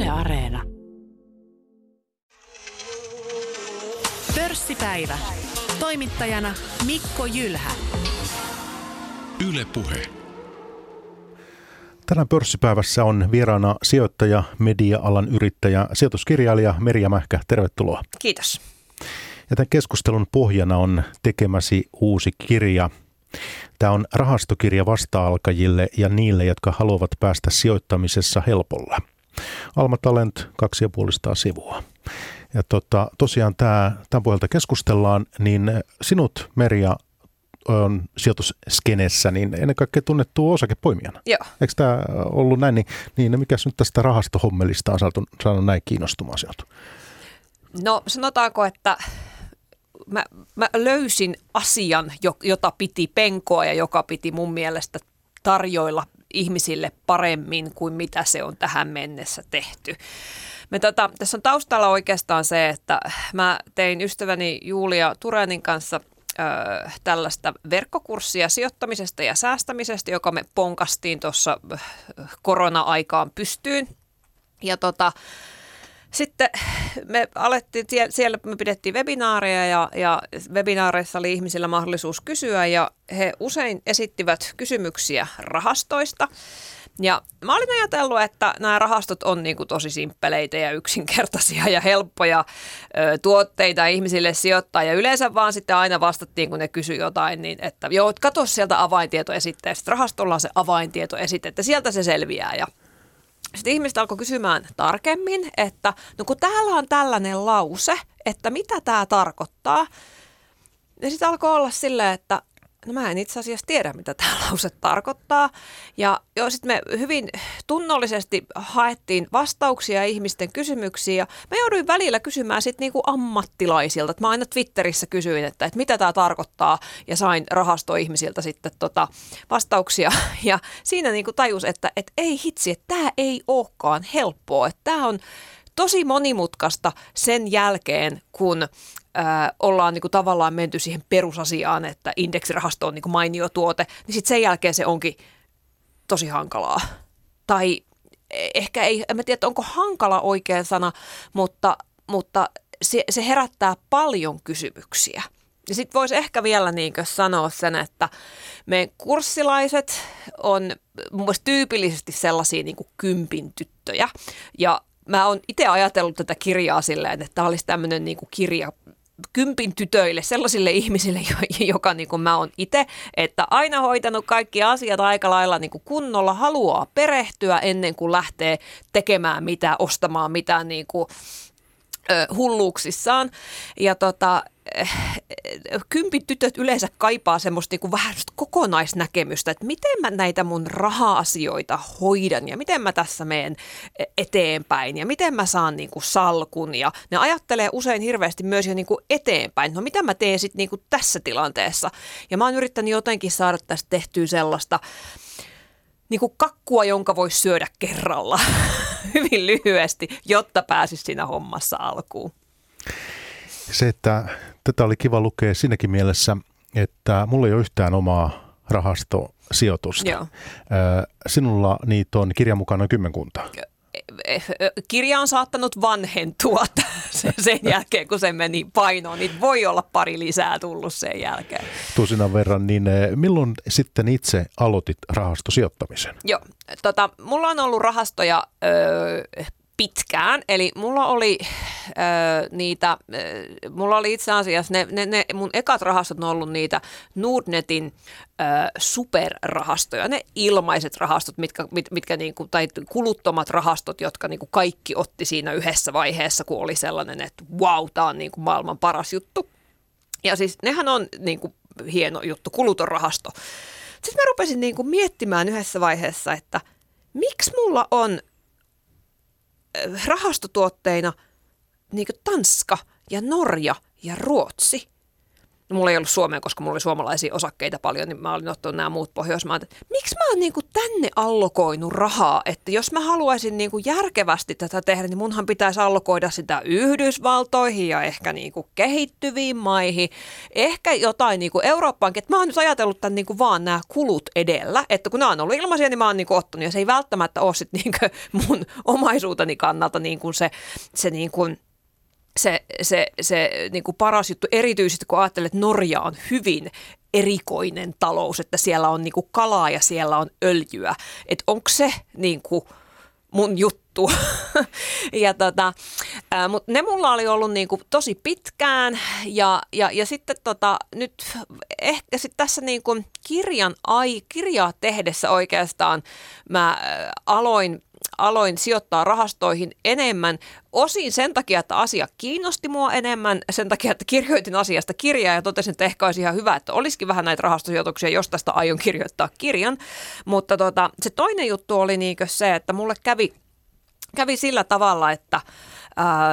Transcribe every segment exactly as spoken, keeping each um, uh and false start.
Yle Areena. Pörssipäivä. Toimittajana Mikko Jylhä. Yle Puhe. Tänään pörssipäivässä on vieraana sijoittaja, media-alan yrittäjä, sijoituskirjailija Merja Mähkä. Tervetuloa. Kiitos. Ja tämän keskustelun pohjana on tekemäsi uusi kirja. Tämä on rahastokirja vasta-alkajille ja niille, jotka haluavat päästä sijoittamisessa helpolla. Alma Talent, kaksi ja puolista sivua. Ja tota, tosiaan tämä, tämän pohjalta keskustellaan, niin sinut, Merja, on sijoitusskenessä, niin ennen kaikkea tunnettu osakepoimijana. Joo. Eikö tämä ollut näin? Niin, niin mikäs nyt tästä rahastohommelista on saatu, saanut näin kiinnostumaan sieltä? No sanotaanko, että mä, mä löysin asian, jota piti penkoa ja joka piti mun mielestä tarjoilla ihmisille paremmin kuin mitä se on tähän mennessä tehty. Me tota, tässä on taustalla oikeastaan se, että mä tein ystäväni Julia Turenin kanssa ö, tällaista verkkokurssia sijoittamisesta ja säästämisestä, joka me ponkastiin tuossa korona-aikaan pystyyn. Ja tota, sitten me alettiin, siellä me pidettiin webinaareja ja, ja webinaareissa oli ihmisillä mahdollisuus kysyä ja he usein esittivät kysymyksiä rahastoista. Ja mä olin ajatellut, että nämä rahastot on niin kuin tosi simppeleitä ja yksinkertaisia ja helppoja ö, tuotteita ihmisille sijoittaa. Ja yleensä vaan sitten aina vastattiin, kun ne kysyi jotain, niin että joo, katso sieltä avaintietoesitteestä. Rahastolla on se avaintietoesite, että sieltä se selviää. Ja sitten ihmiset alkoi kysymään tarkemmin, että no kun täällä on tällainen lause, että mitä tämä tarkoittaa. Ja sitten alkoi olla silleen, että no mä en itse asiassa tiedä, mitä tämä lause tarkoittaa. Ja joo, sitten me hyvin tunnollisesti haettiin vastauksia ihmisten kysymyksiin. Ja mä jouduin välillä kysymään sitten niinku ammattilaisilta. Mä aina Twitterissä kysyin, että, että mitä tämä tarkoittaa. Ja sain rahastoihmisiltä sitten tota vastauksia. Ja siinä niinku tajus, että, että ei hitsi, että tämä ei olekaan helppoa. Että tämä on tosi monimutkaista sen jälkeen, kun Äh, ollaan niinku tavallaan menty siihen perusasiaan, että indeksirahasto on niinku mainio tuote, niin sitten sen jälkeen se onkin tosi hankalaa. Tai ehkä ei, en mä tiedä, onko hankala oikea sana, mutta, mutta se, se herättää paljon kysymyksiä. Ja sitten voisi ehkä vielä niinkö sanoa sen, että meidän kurssilaiset on mun mielestä tyypillisesti sellaisia niinku kympin tyttöjä. Ja mä oon itse ajatellut tätä kirjaa silleen, että tämä olisi tämmöinen niinku kirja kympin tytöille, sellaisille ihmisille, joka niin kuin mä oon itse, että aina hoitanut kaikki asiat aika lailla niin kuin kunnolla, haluaa perehtyä ennen kuin lähtee tekemään mitään, ostamaan mitään niin kuin, ö, hulluuksissaan. Ja tota, kympin tytöt yleensä kaipaa semmoista niin kuin vähän kokonaisnäkemystä, että miten mä näitä mun raha-asioita hoidan ja miten mä tässä menen eteenpäin ja miten mä saan niin kuin salkun. Ja ne ajattelee usein hirveästi myös jo niin kuin eteenpäin, no mitä mä teen sitten niin kuin tässä tilanteessa. Ja mä oon yrittänyt jotenkin saada tästä tehtyä sellaista niin kuin kakkua, jonka voisi syödä kerralla hyvin lyhyesti, jotta pääsisi siinä hommassa alkuun. Se, että tätä oli kiva lukea siinäkin mielessä, että mulla ei ole yhtään omaa rahastosijoitusta. Joo. Sinulla niitä on kirjan mukaan noin kymmenkunta. Kirja on saattanut vanhentua sen jälkeen, kun se meni painoon. Niitä voi olla pari lisää tullut sen jälkeen. Tusinan verran, niin milloin sitten itse aloitit rahastosijoittamisen? Joo, tota, mulla on ollut rahastoja Öö, pitkään, eli mulla oli äh, niitä, äh, mulla oli itse asiassa ne, ne, ne mun ekat rahastot on ollut niitä Nordnetin äh, superrahastoja, ne ilmaiset rahastot, mitkä, mit, mitkä niinku, tai kuluttomat rahastot, jotka niinku kaikki otti siinä yhdessä vaiheessa, kun oli sellainen, että wow, tää on niinku maailman paras juttu. Ja siis nehän on niinku hieno juttu, kuluton rahasto. Sitten mä rupesin niinku miettimään yhdessä vaiheessa, että miksi mulla on rahastotuotteina niin kuin Tanska ja Norja ja Ruotsi. no mulla ei ollut Suomea, koska mulla oli suomalaisia osakkeita paljon, niin mä olin ottanut nämä muut Pohjoismaat. Miksi mä oon niin kuin tänne allokoinut rahaa, että jos mä haluaisin niin kuin järkevästi tätä tehdä, niin munhan pitäisi allokoida sitä Yhdysvaltoihin ja ehkä niin kuin kehittyviin maihin, ehkä jotain niin kuin Eurooppaankin. Että mä oon nyt ajatellut tämän niin kuin vaan nämä kulut edellä, että kun nämä on ollut ilmaisia, niin mä oon niin kuin ottanut ja se ei välttämättä ole sit niin kuin mun omaisuuteni kannalta niin kuin se, se niin kuin se, se, se niin kuin paras juttu, erityisesti kun ajattelet, että Norja on hyvin erikoinen talous, että siellä on niin kuin kalaa ja siellä on öljyä, että onko se niin kuin mun juttu. ja tota, ää, mut ne mulla oli ollut niin kuin tosi pitkään ja, ja, ja sitten tota, nyt ehkä sit tässä niin kuin kirjan ai, kirjaa tehdessä oikeastaan mä ää, aloin aloin sijoittaa rahastoihin enemmän, osin sen takia, että asia kiinnosti mua enemmän, sen takia, että kirjoitin asiasta kirjaa ja totesin, että ehkä olisi ihan hyvä, että olisikin vähän näitä rahastosijoituksia, jos tästä aion kirjoittaa kirjan. Mutta tota, se toinen juttu oli niinkö se, että mulle kävi, kävi sillä tavalla, että ää,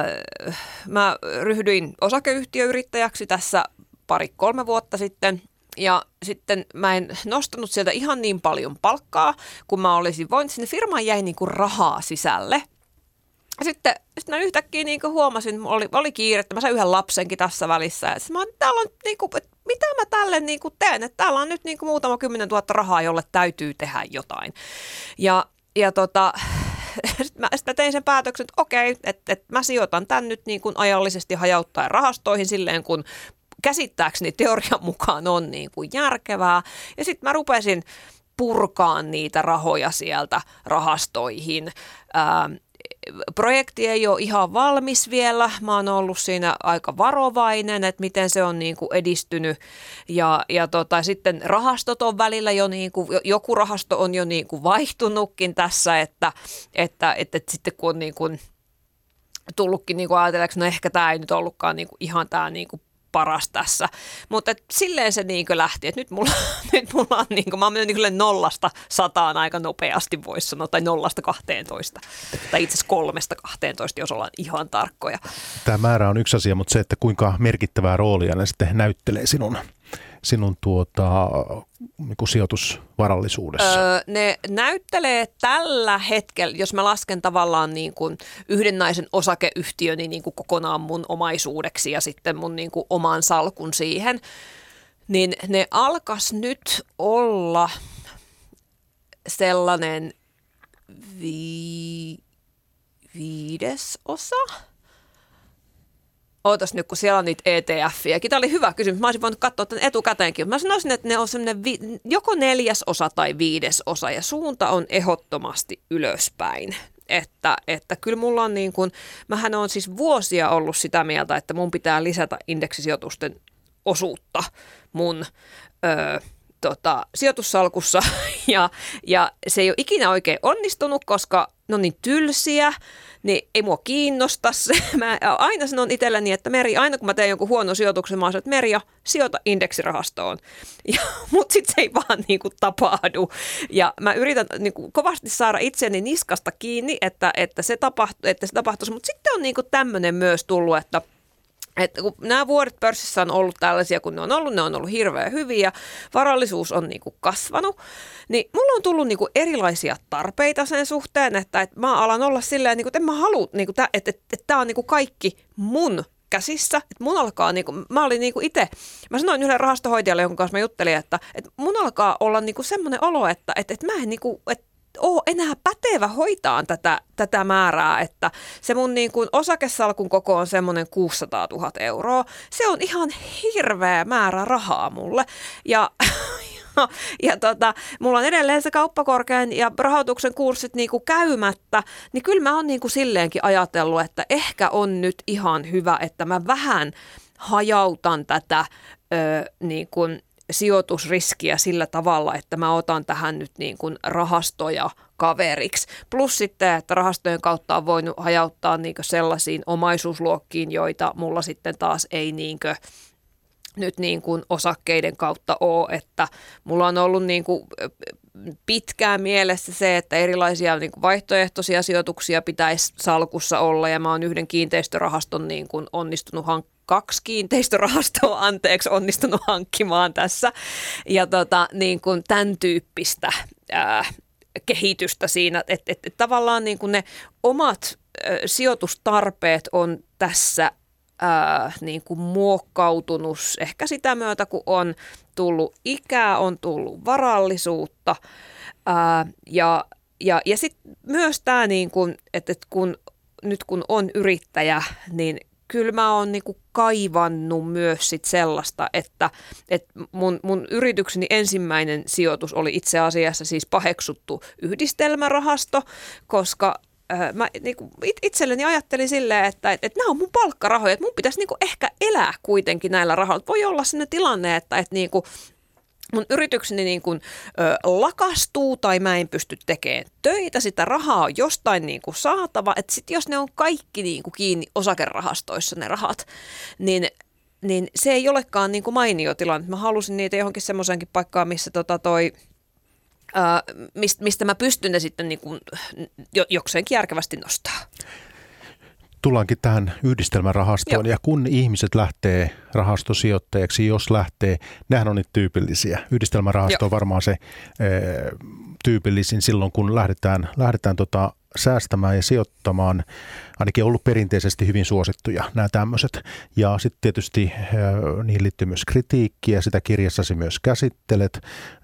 mä ryhdyin osakeyhtiöyrittäjäksi tässä pari-kolme vuotta sitten. Ja sitten mä en nostanut sieltä ihan niin paljon palkkaa, kun mä olisin voinut. Sinne firmaan jäi niinku rahaa sisälle. Ja sitten, sitten mä yhtäkkiä niinku huomasin, oli, oli kiire, että mä sain yhden lapsenkin tässä välissä. Ja mä täällä on niinku, että mitä mä tälle niinku teen, että täällä on nyt niinku muutama kymmenen tuhatta rahaa, jolle täytyy tehdä jotain. Ja, ja tota... Sitten mä, sit mä tein sen päätöksen, että okei, että, että mä sijoitan tämän nyt niin kuin ajallisesti hajauttaen rahastoihin silleen, kun käsittääkseni teorian mukaan on niin kuin järkevää. Ja sitten mä rupesin purkaan niitä rahoja sieltä rahastoihin. Ää, projekti ei ole ihan valmis vielä. Mä oon ollut siinä aika varovainen, että miten se on niin kuin edistynyt. Ja, ja tota, sitten rahastot on välillä jo, niin kuin, joku rahasto on jo niin kuin vaihtunutkin tässä, että, että, että, että sitten kun on niin kuin tullutkin niin kuin ajatelleeksi, no ehkä tämä ei nyt ollutkaan niin kuin ihan tämä niin kuin paras tässä, mutta silleen se niinkö lähti, että nyt mulla, nyt mulla on niinkö, mä oon mennyt niin nollasta sataan aika nopeasti voisi sanoa, tai nollasta kahteentoista, tai itse asiassa kolmesta kahteentoista, jos ollaan ihan tarkkoja. Tämä määrä on yksi asia, mutta se, että kuinka merkittävää roolia ne sitten näyttelee sinun, sinun tuota, niin kuin sijoitusvarallisuudessa? Öö, ne näyttelee tällä hetkellä, jos mä lasken tavallaan niin kuin yhden naisen osakeyhtiöni niin kuin kokonaan mun omaisuudeksi ja sitten mun niin kuin oman salkun siihen, niin ne alkas nyt olla sellainen vi- viidesosa. Ootas nyt, kun siellä on niitä E T F-iäkin. Tämä oli hyvä kysymys. Mä olisin voinut katsoa tämän etukäteenkin. Mä sanoisin, että ne on semmoinen vi- joko neljäsosa tai viidesosa ja suunta on ehdottomasti ylöspäin. Että, että kyllä mulla on niin kuin, mähän on siis vuosia ollut sitä mieltä, että mun pitää lisätä indeksisijoitusten osuutta mun öö, tota, sijoitussalkussa ja, ja se ei ole ikinä oikein onnistunut, koska ne on niin tylsiä, niin ei mua kiinnosta se. Mä aina sanon itselleni, että Merja, aina kun mä teen jonkun huonon sijoituksen, mä sanon, että Merja, sijoita indeksirahastoon. Mutta sitten se ei vaan niinku tapahdu. Ja mä yritän niinku kovasti saada itseni niskasta kiinni, että, että se, tapahtu, että se tapahtuisi. Mutta sitten on niinku tämmöinen myös tullut, että Että kun nämä vuodet pörssissä on ollut tällaisia, kun ne on ollut, ne on ollut hirveän hyviä, varallisuus on niin kuin kasvanut, niin mulla on tullut niin kuin erilaisia tarpeita sen suhteen, että, että mä alan olla silleen, niin kuin, että en mä halua, niin kuin, että, että, että, että tämä on niin kuin kaikki mun käsissä, että mun alkaa, niin kuin, mä olin niin kuin itse, mä sanoin yhden rahastohoitajalle, jonka kanssa mä juttelin, että, että mun alkaa olla niin kuin semmoinen olo, että, että, että mä en niin kuin, että ole enää pätevä hoitaa tätä, tätä määrää, että se mun niin kuin osakesalkun koko on semmoinen kuusisataatuhatta euroa. Se on ihan hirveä määrä rahaa mulle ja, ja, ja tota, mulla on edelleen se kauppakorkean ja rahoituksen kurssit niin kuin käymättä, niin kyllä mä oon niin kuin silleenkin ajatellut, että ehkä on nyt ihan hyvä, että mä vähän hajautan tätä ö, niin kuin sijoitusriskiä sillä tavalla, että mä otan tähän nyt niin kuin rahastoja kaveriksi. Plus sitten, että rahastojen kautta on voinut hajauttaa niin kuin sellaisiin omaisuusluokkiin, joita mulla sitten taas ei niin kuin nyt niin kuin osakkeiden kautta ole, että mulla on ollut niin kuin pitkään mielessä se, että erilaisia niin kuin vaihtoehtoisia sijoituksia pitäisi salkussa olla ja mä oon yhden kiinteistörahaston niin kuin onnistunut hank- kaksi kiinteistörahastoa anteeksi onnistunut hankkimaan tässä ja tota, niin kuin tämän tyyppistä ää, kehitystä siinä, että et, et tavallaan niin kuin ne omat ä, sijoitustarpeet on tässä ää, niin kuin muokkautunut ehkä sitä myötä, kun on tullut ikää, on tullut varallisuutta ää, ja, ja, ja sitten myös tämä, niin kuin, että, että kun, nyt kun on yrittäjä, niin kyllä mä oon niinku kaivannut myös sit sellaista, että, että mun, mun yritykseni ensimmäinen sijoitus oli itse asiassa siis paheksuttu yhdistelmärahasto, koska äh, mä niinku itselleni ajattelin silleen, että, että, että nämä on mun palkkarahoja, että mun pitäisi niinku ehkä elää kuitenkin näillä rahoilla. Voi olla sellainen tilanne, että, että niinku mun yritykseni niin kuin, ö, lakastuu tai mä en pysty tekemään töitä, sitä rahaa on jostain niin kuin saatava, että sit jos ne on kaikki niin kuin kiinni osakerahastoissa ne rahat, niin, niin se ei olekaan niin kuin mainio tilanne. Mä halusin niitä johonkin semmoisenkin paikkaan, missä tota toi, ö, mist, mistä mä pystyn ne sitten niin kuin jokseenkin järkevästi nostaa. Tullaankin tähän yhdistelmärahastoon Joo. ja kun ihmiset lähtee rahastosijoittajaksi, jos lähtee, nehän on niitä tyypillisiä. Yhdistelmärahasto Joo. on varmaan se e, tyypillisin silloin, kun lähdetään, lähdetään tota säästämään ja sijoittamaan. Ainakin on ollut perinteisesti hyvin suosittuja nämä tämmöiset. Ja sitten tietysti e, niihin liittyy myös kritiikkiä, sitä kirjassasi myös käsittelet. E,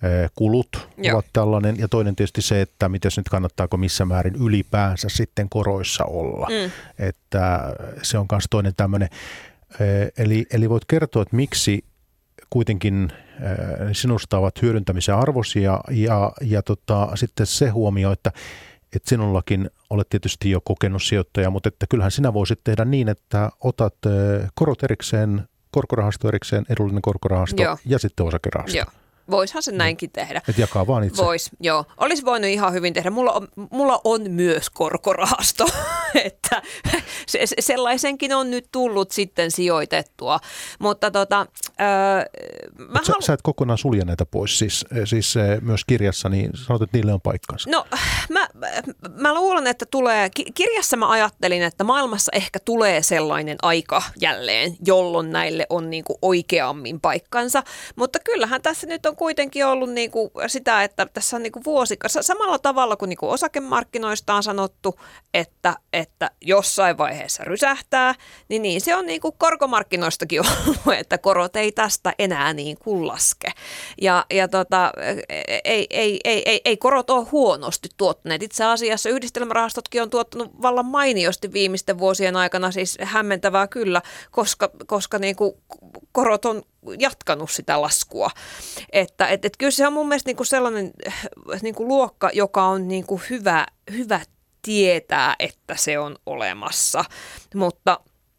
kulut Joo. ovat tällainen ja toinen tietysti se, että mitäs nyt kannattaako missä määrin ylipäänsä sitten koroissa olla. Mm. Että se on myös toinen tämmöinen. E, eli, eli voit kertoa, että miksi kuitenkin e, sinusta ovat hyödyntämisen arvoisia ja, ja tota, sitten se huomio, että että sinullakin olet tietysti jo kokenut sijoittaja, mutta että kyllähän sinä voisit tehdä niin, että otat korot erikseen, korkorahasto erikseen, edullinen korkorahasto Joo. ja sitten osakerahasto. Joo. Voisihan se näinkin tehdä. Että jakaa vaan itse. Vois, joo. Olisi voinut ihan hyvin tehdä. Mulla on, mulla on myös korkorahasto, että se, sellaisenkin on nyt tullut sitten sijoitettua. Mutta tota, öö, mä Mut sä, halu... sä et kokonaan sulje näitä pois, siis, siis myös kirjassa, niin sanot, että niille on paikkansa. No mä, mä luulen, että tulee, kirjassa mä ajattelin, että maailmassa ehkä tulee sellainen aika jälleen, jolloin näille on niinku oikeammin paikkansa. Mutta kyllähän tässä nyt on kuitenkin ollut niinku sitä, että tässä on niinku vuosi, samalla tavalla kuin niinku osakemarkkinoista on sanottu, että, että jossain vaiheessa rysähtää, niin, niin se on niinku korkomarkkinoistakin ollut, että korot ei tästä enää niin kuin laske. Ja, ja tota, ei, ei, ei, ei, ei korot ole huonosti tuottaneet. Itse asiassa yhdistelmärahastotkin on tuottanut vallan mainiosti viimeisten vuosien aikana, siis hämmentävää kyllä, koska, koska niinku korot on jatkanut sitä laskua. Että et, et kyllä se on mun mielestä niinku sellainen niinku luokka, joka on niinku hyvä, hyvä tietää, että se on olemassa. Mutta,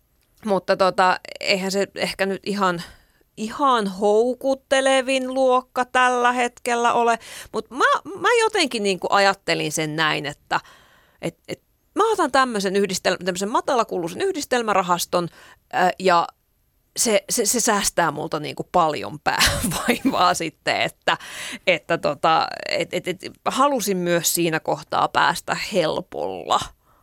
mutta tota, eihän se ehkä nyt ihan, ihan houkuttelevin luokka tällä hetkellä ole. Mutta mä, mä jotenkin niinku ajattelin sen näin, että et, et, mä otan tämmöisen, yhdistel, tämmöisen matalakuluisen yhdistelmärahaston ää, ja Se, se, se säästää multa niin kuin paljon päävaivaa sitten, että, että tota, et, et, et, halusin myös siinä kohtaa päästä helpolla.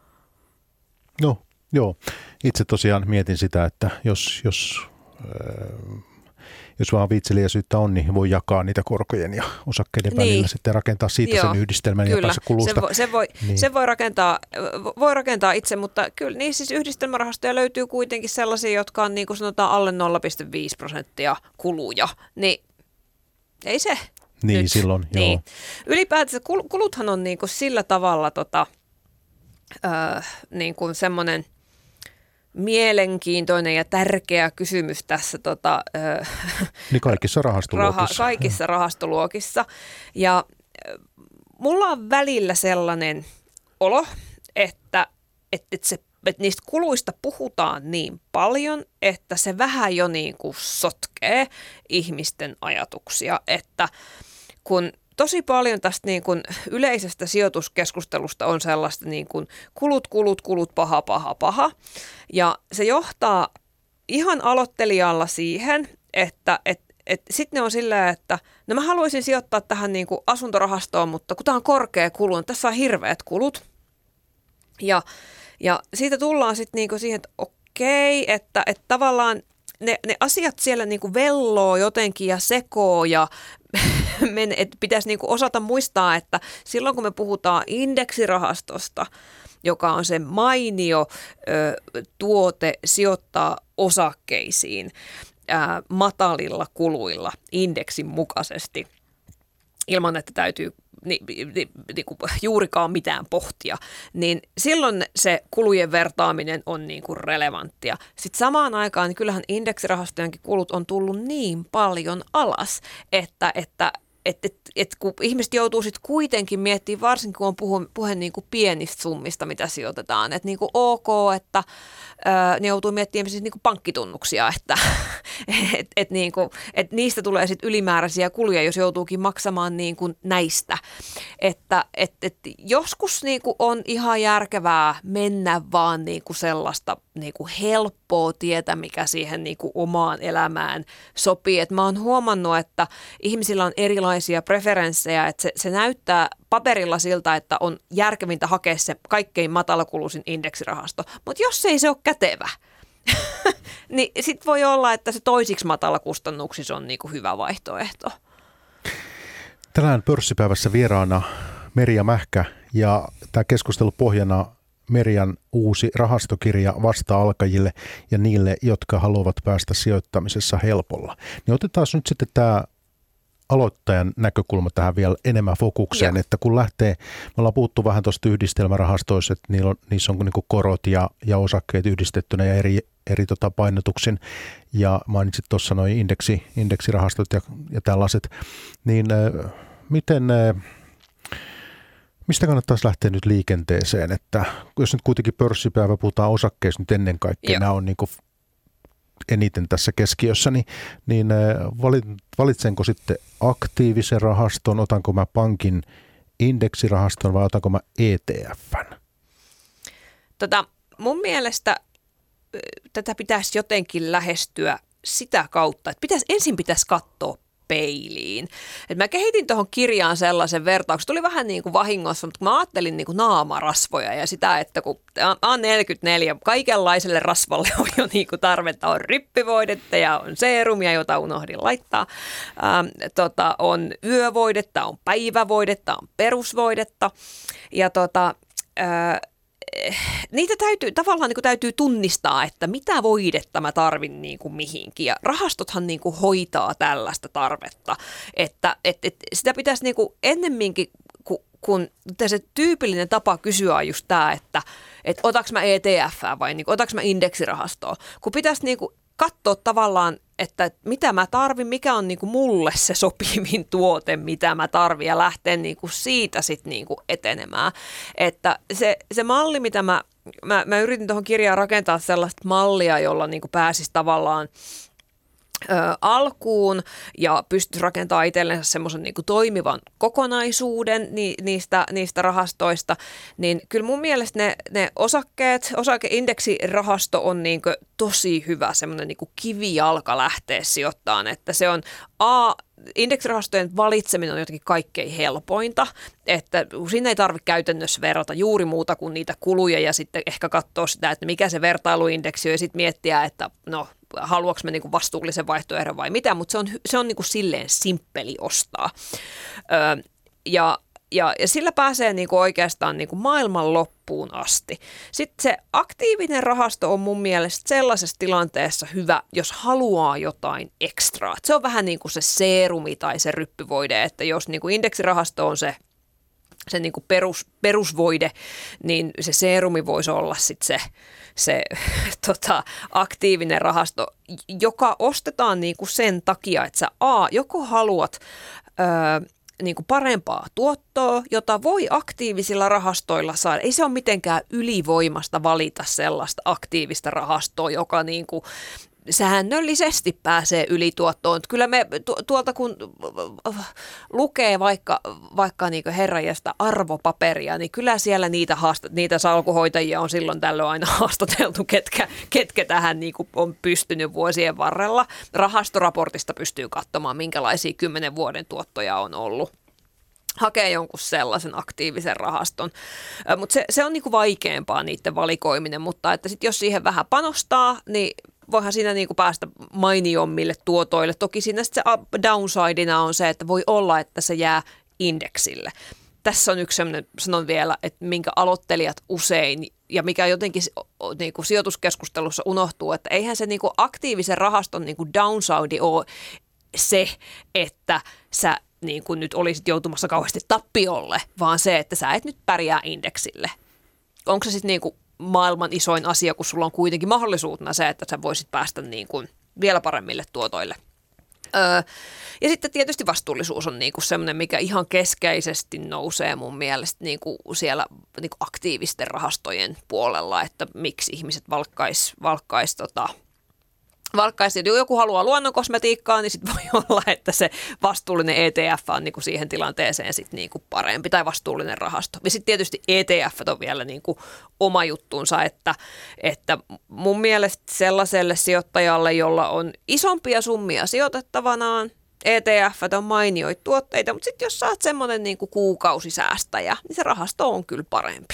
No, joo. Itse tosiaan mietin sitä, että jos, jos, äh, jos vaan viitseliäisyyttä on, niin voi jakaa niitä korkojen ja osakkeiden välillä niin. Sitten rakentaa siitä joo, sen yhdistelmän kyllä. Ja päästä kulusta. Se voi, se voi, niin. se voi, rakentaa, voi rakentaa itse, mutta kyllä niin siis yhdistelmärahastoja löytyy kuitenkin sellaisia, jotka on niin kuin sanotaan alle nolla pilkku viisi prosenttia kuluja, niin ei se Niin nyt. silloin, niin. joo. Ylipäätänsä kuluthan on niin kuin sillä tavalla tota, äh, niin kuin semmoinen mielenkiintoinen ja tärkeä kysymys tässä tota, äh, niin kaikissa rahastoluokissa. Raha, kaikissa rahastoluokissa. Ja äh, mulla on välillä sellainen olo, että, että, että, se, että niistä kuluista puhutaan niin paljon, että se vähän jo niin kuin sotkee ihmisten ajatuksia, että kun tosi paljon tästä niin kuin yleisestä sijoituskeskustelusta on sellaista niin kuin kulut, kulut, kulut, paha, paha, paha. Ja se johtaa ihan aloittelijalla siihen, että et, et sitten ne on silleen, että no mä haluaisin sijoittaa tähän niin kuin asuntorahastoon, mutta kun tämä on korkea kulu, niin tässä on hirveät kulut. Ja, ja siitä tullaan sitten niin kuin siihen, että okei, okei, että, että tavallaan ne, ne asiat siellä niinku velloo jotenkin ja sekoo ja men, et pitäisi niinku osata muistaa, että silloin kun me puhutaan indeksirahastosta, joka on se mainio ö, tuote sijoittaa osakkeisiin ö, matalilla kuluilla indeksin mukaisesti, ilman että täytyy ni, ni, ni, ni, juurikaan mitään pohtia, niin silloin se kulujen vertaaminen on niin kuin relevanttia. Sitten samaan aikaan niin kyllähän indeksirahastojenkin kulut on tullut niin paljon alas, että, että Että et, et kun ihmiset joutuu sitten kuitenkin miettimään, varsinkin kun on puhe, puhe niin kuin pienistä summista, mitä sijoitetaan, että niin kuin ok, että ö, ne joutuu miettimään siis niin kuin pankkitunnuksia, että et, et niin kuin, et niistä tulee sitten ylimääräisiä kuluja, jos joutuukin maksamaan niin kuin näistä. Että et, et joskus niin kuin on ihan järkevää mennä vaan niin kuin sellaista niin kuin helppoa tietä, mikä siihen niin kuin omaan elämään sopii. Et mä oon huomannut, että ihmisillä on erilaisia preferenssejä, että se, se näyttää paperilla siltä, että on järkevintä hakea se kaikkein matalakuluisin indeksirahasto, mutta jos ei se ole kätevä, niin sitten voi olla, että se toisiksi matalakustannuksissa on niin kuin hyvä vaihtoehto. Tänään pörssipäivässä vieraana Merja Mähkä ja tämä keskustelu pohjana Merjan uusi rahastokirja vasta-alkajille ja niille, jotka haluavat päästä sijoittamisessa helpolla. Niin otetaan nyt sitten tämä aloittajan näkökulma tähän vielä enemmän fokukseen, Joo. että kun lähtee, me ollaan puhuttu vähän tuosta yhdistelmärahastoista, että niillä on, niissä on niinku korot ja, ja osakkeet yhdistettynä ja eri, eri tota painotuksin, ja mainitsit tuossa noin indeksi, indeksirahastot ja, ja tällaiset, niin äh, miten... Äh, Mistä kannattaisi lähteä nyt liikenteeseen, että jos nyt kuitenkin pörssipäivä puhutaan osakkeista nyt ennen kaikkea, Joo. nämä on niin kuin eniten tässä keskiössä, niin, niin valitsenko sitten aktiivisen rahaston, otanko mä pankin indeksirahaston vai otanko mä E T F:n? Tota, mun mielestä tätä pitäisi jotenkin lähestyä sitä kautta, että pitäisi, ensin pitäisi katsoa peiliin. Et mä kehitin tuohon kirjaan sellaisen vertauksen, tuli vähän niin kuin vahingossa, mutta mä ajattelin niin kuin naamarasvoja ja sitä, että kun on neljäkymmentäneljä, kaikenlaiselle rasvalle on jo niin kuin tarvetta, on ryppivoidetta ja on seerumia, jota unohdin laittaa, ähm, tota, on yövoidetta, on päivävoidetta, on perusvoidetta ja tota, äh, niitä täytyy, tavallaan niin kuin täytyy tunnistaa, että mitä voidetta mä tarvin niin kuin mihinkin. Ja rahastothan niin kuin hoitaa tällaista tarvetta, että et, et sitä pitäisi niin kuin ennemminkin, kun, kun se tyypillinen tapa kysyä on just tämä, että et otaks mä E T F:ää vai niin kuin, otaks mä indeksirahastoa, kun pitäisi niin kuin katsoa tavallaan, että mitä mä tarvin, mikä on niinku mulle se sopivin tuote, mitä mä tarvin ja lähteä niinku siitä sitten niinku etenemään. Että se, se malli, mitä mä, mä, mä yritin tuohon kirjaan rakentaa sellaista mallia, jolla niinku pääsisi tavallaan Ö, alkuun ja pystyisi rakentamaan itsellensä semmoisen niin kuin toimivan kokonaisuuden ni, niistä, niistä rahastoista, niin kyllä mun mielestä ne, ne osakkeet, osakeindeksirahasto on niin kuin tosi hyvä semmoinen niin kuin kivijalka lähteä sijoittamaan, että se on A, indeksirahastojen valitseminen on jotenkin kaikkein helpointa, että siinä ei tarvitse käytännössä verrata juuri muuta kuin niitä kuluja ja sitten ehkä katsoa sitä, että mikä se vertailuindeksi on ja sitten miettiä, että no haluanko mä niinku vastuullisen vaihtoehdon vai mitä, mutta se on, se on niinku silleen simppeli ostaa. Öö, ja, ja, ja sillä pääsee niinku oikeastaan niinku maailman loppuun asti. Sitten se aktiivinen rahasto on mun mielestä sellaisessa tilanteessa hyvä, jos haluaa jotain ekstraa. Se on vähän niin kuin se seerumi tai se ryppyvoide, että jos niinku indeksirahasto on se se niin kuin perus, perusvoide, niin se seerumi voisi olla sitten se, se tota, aktiivinen rahasto, joka ostetaan niin kuin sen takia, että sä A, joko haluat öö, niin kuin parempaa tuottoa, jota voi aktiivisilla rahastoilla saada. Ei se ole mitenkään ylivoimasta valita sellaista aktiivista rahastoa, joka niin kuin säännöllisesti pääsee ylituottoon. Kyllä me tuolta kun lukee vaikka, vaikka niin herranjestä arvopaperia, niin kyllä siellä niitä, haast- niitä salkuhoitajia on silloin tällöin aina haastateltu, ketkä, ketkä tähän niin kuin on pystynyt vuosien varrella. Rahastoraportista pystyy katsomaan, minkälaisia kymmenen vuoden tuottoja on ollut. hakee jonkun sellaisen aktiivisen rahaston. Mutta se, se on niinku vaikeampaa niiden valikoiminen, mutta että sit jos siihen vähän panostaa, niin voihan siinä niinku päästä mainiommille tuotoille. Toki siinä se downsidena on se, että voi olla, että se jää indeksille. Tässä on yksi sellainen, sanon vielä, että minkä aloittelijat usein ja mikä jotenkin niin kuin sijoituskeskustelussa unohtuu, että eihän se niin kuin aktiivisen rahaston niin kuin downside ole se, että sä niin kuin nyt olisit joutumassa kauheasti tappiolle, vaan se, että sä et nyt pärjää indeksille. Onko se sitten niin kuin maailman isoin asia, kun sulla on kuitenkin mahdollisuutena se, että sä voisit päästä niin kuin vielä paremmille tuotoille? Öö, ja sitten tietysti vastuullisuus on niinku semmoinen, mikä ihan keskeisesti nousee mun mielestä niinku siellä niinku aktiivisten rahastojen puolella, että miksi ihmiset valkkais, valkkais tota, valkkais, jos joku haluaa luonnonkosmetiikkaa, niin sitten voi olla, että se vastuullinen E T F on niinku siihen tilanteeseen sit niinku parempi tai vastuullinen rahasto. Ja sitten tietysti E T F on vielä niinku oma juttuunsa, että, että mun mielestä sellaiselle sijoittajalle, jolla on isompia summia sijoitettavanaan, E T F on mainioita tuotteita, mutta sitten jos sä oot semmoinen niinku kuukausisäästäjä, niin se rahasto on kyllä parempi.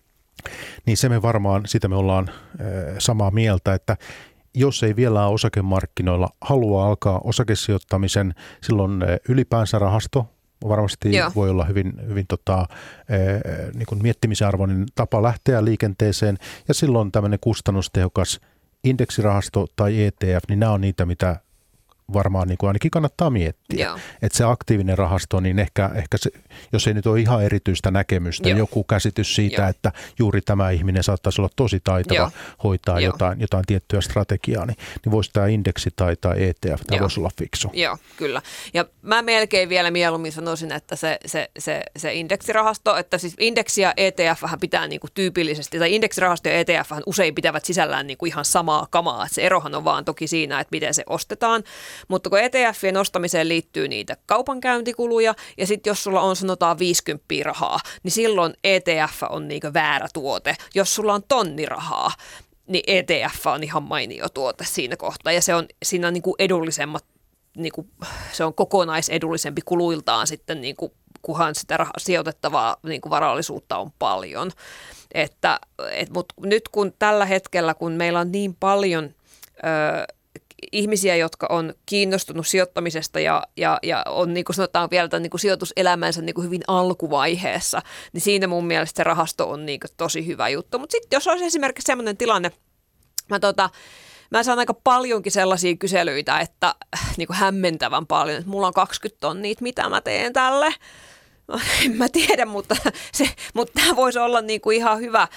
Niin se me varmaan, sitä me ollaan äh, samaa mieltä, että jos ei vielä ole osakemarkkinoilla, haluaa alkaa osakesijoittamisen, silloin ylipäänsä rahasto varmasti Joo. voi olla hyvin, hyvin tota, eh, niin kuin miettimisen arvoinen tapa lähteä liikenteeseen. Ja silloin tämmöinen kustannustehokas indeksirahasto tai E T F, niin nämä on niitä, mitä varmaan niin kuin ainakin kannattaa miettiä. Joo. Että se aktiivinen rahasto, niin ehkä, ehkä se, jos ei nyt ole ihan erityistä näkemystä, Joo. joku käsitys siitä, Joo. että juuri tämä ihminen saattaisi olla tosi taitava Joo. hoitaa jotain, jotain tiettyä strategiaa, niin, niin voisi tämä indeksi tai, tai E T F, tämä voisi olla fiksu. Joo, kyllä. Ja mä melkein vielä mieluummin sanoisin, että se, se, se, se indeksirahasto, että siis indeksi ja E T F vähän pitää niin kuin tyypillisesti, tai indeksirahasto ja E T F usein pitävät sisällään niin kuin ihan samaa kamaa, että se erohan on vaan toki siinä, että miten se ostetaan. Mutta kun E T F:ien ostamiseen liittyy niitä kaupankäyntikuluja ja sitten jos sulla on sanotaan viisikymmentä rahaa, niin silloin E T F on niinku väärä tuote. Jos sulla on tonni rahaa, niin E T F on ihan mainio tuote siinä kohtaa ja se on siinä on niinku edullisemmat, niinku, se on kokonaisedullisempi kuluiltaan sitten, niinku, kunhan sitä rah- sijoitettavaa niinku varallisuutta on paljon. Että, et, mut nyt kun tällä hetkellä, kun meillä on niin paljon Öö, ihmisiä, jotka on kiinnostunut sijoittamisesta ja, ja, ja on niin kuin sanotaan vielä tämän niin kuin sijoituselämänsä niin kuin hyvin alkuvaiheessa, niin siinä mun mielestä se rahasto on niin kuin tosi hyvä juttu. Mutta sitten jos olisi esimerkiksi sellainen tilanne, mä, tota, mä saan aika paljonkin sellaisia kyselyitä, että niin kuin hämmentävän paljon, että mulla on kaksikymmentä tonnia, mitä mä teen tälle. No, en mä tiedä, mutta, se, mutta tämä voisi olla niin kuin ihan hyvä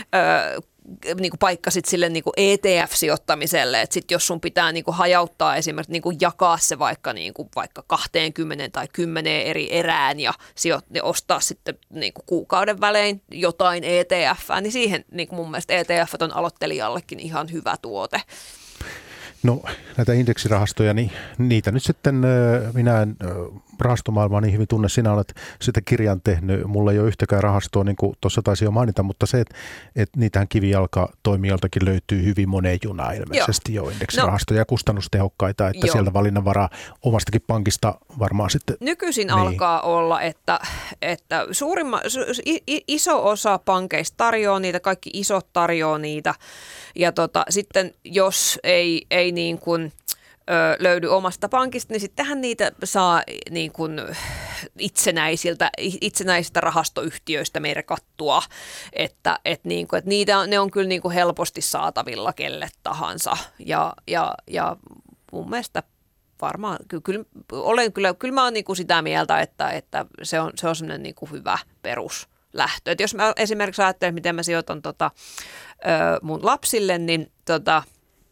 öö, niin kuin paikka sit sille niin kuin E T F-sijoittamiselle, että sit jos sun pitää niin kuin hajauttaa esimerkiksi niin kuin jakaa se vaikka, niin kuin vaikka kaksikymmentä tai kymmenen eri erään ja, sijo- ja ostaa sitten niin kuin kuukauden välein jotain E T F, niin siihen niin kuin mun mielestä E T F on aloittelijallekin ihan hyvä tuote. No näitä indeksirahastoja, niin niitä nyt sitten minä en rahastomaailmaa niin hyvin tunne. Sinä olet sitä kirjan tehnyt. Mulla ei ole yhtäkään rahastoa, niin kuin tuossa taisi jo mainita, mutta se, että, että niitähän kivijalka-toimijaltakin löytyy hyvin moneen junaan ilmeisesti Joo. jo indeksirahastoja no. ja kustannustehokkaita, että Joo. sieltä valinnanvaraa omastakin pankista varmaan sitten. Nykyisin niin. alkaa olla, että, että suurimma, iso osa pankeista tarjoaa niitä, kaikki isot tarjoaa niitä ja tota, sitten jos ei, ei niin kuin löydy omasta pankista, niin sittenhän niitä saa niin kuin itsenäisiltä, itsenäisistä rahastoyhtiöistä merkattua, että, että, niin kuin, että niitä, ne on kyllä niin kuin helposti saatavilla kelle tahansa ja, ja, ja mun mielestä varmaan, kyllä, olen, kyllä, kyllä mä oon niin kuin sitä mieltä, että, että se on, se on semmoinen niin kuin hyvä peruslähtö. Että jos mä esimerkiksi ajattelen, miten mä sijoitan tota, mun lapsille, niin tota,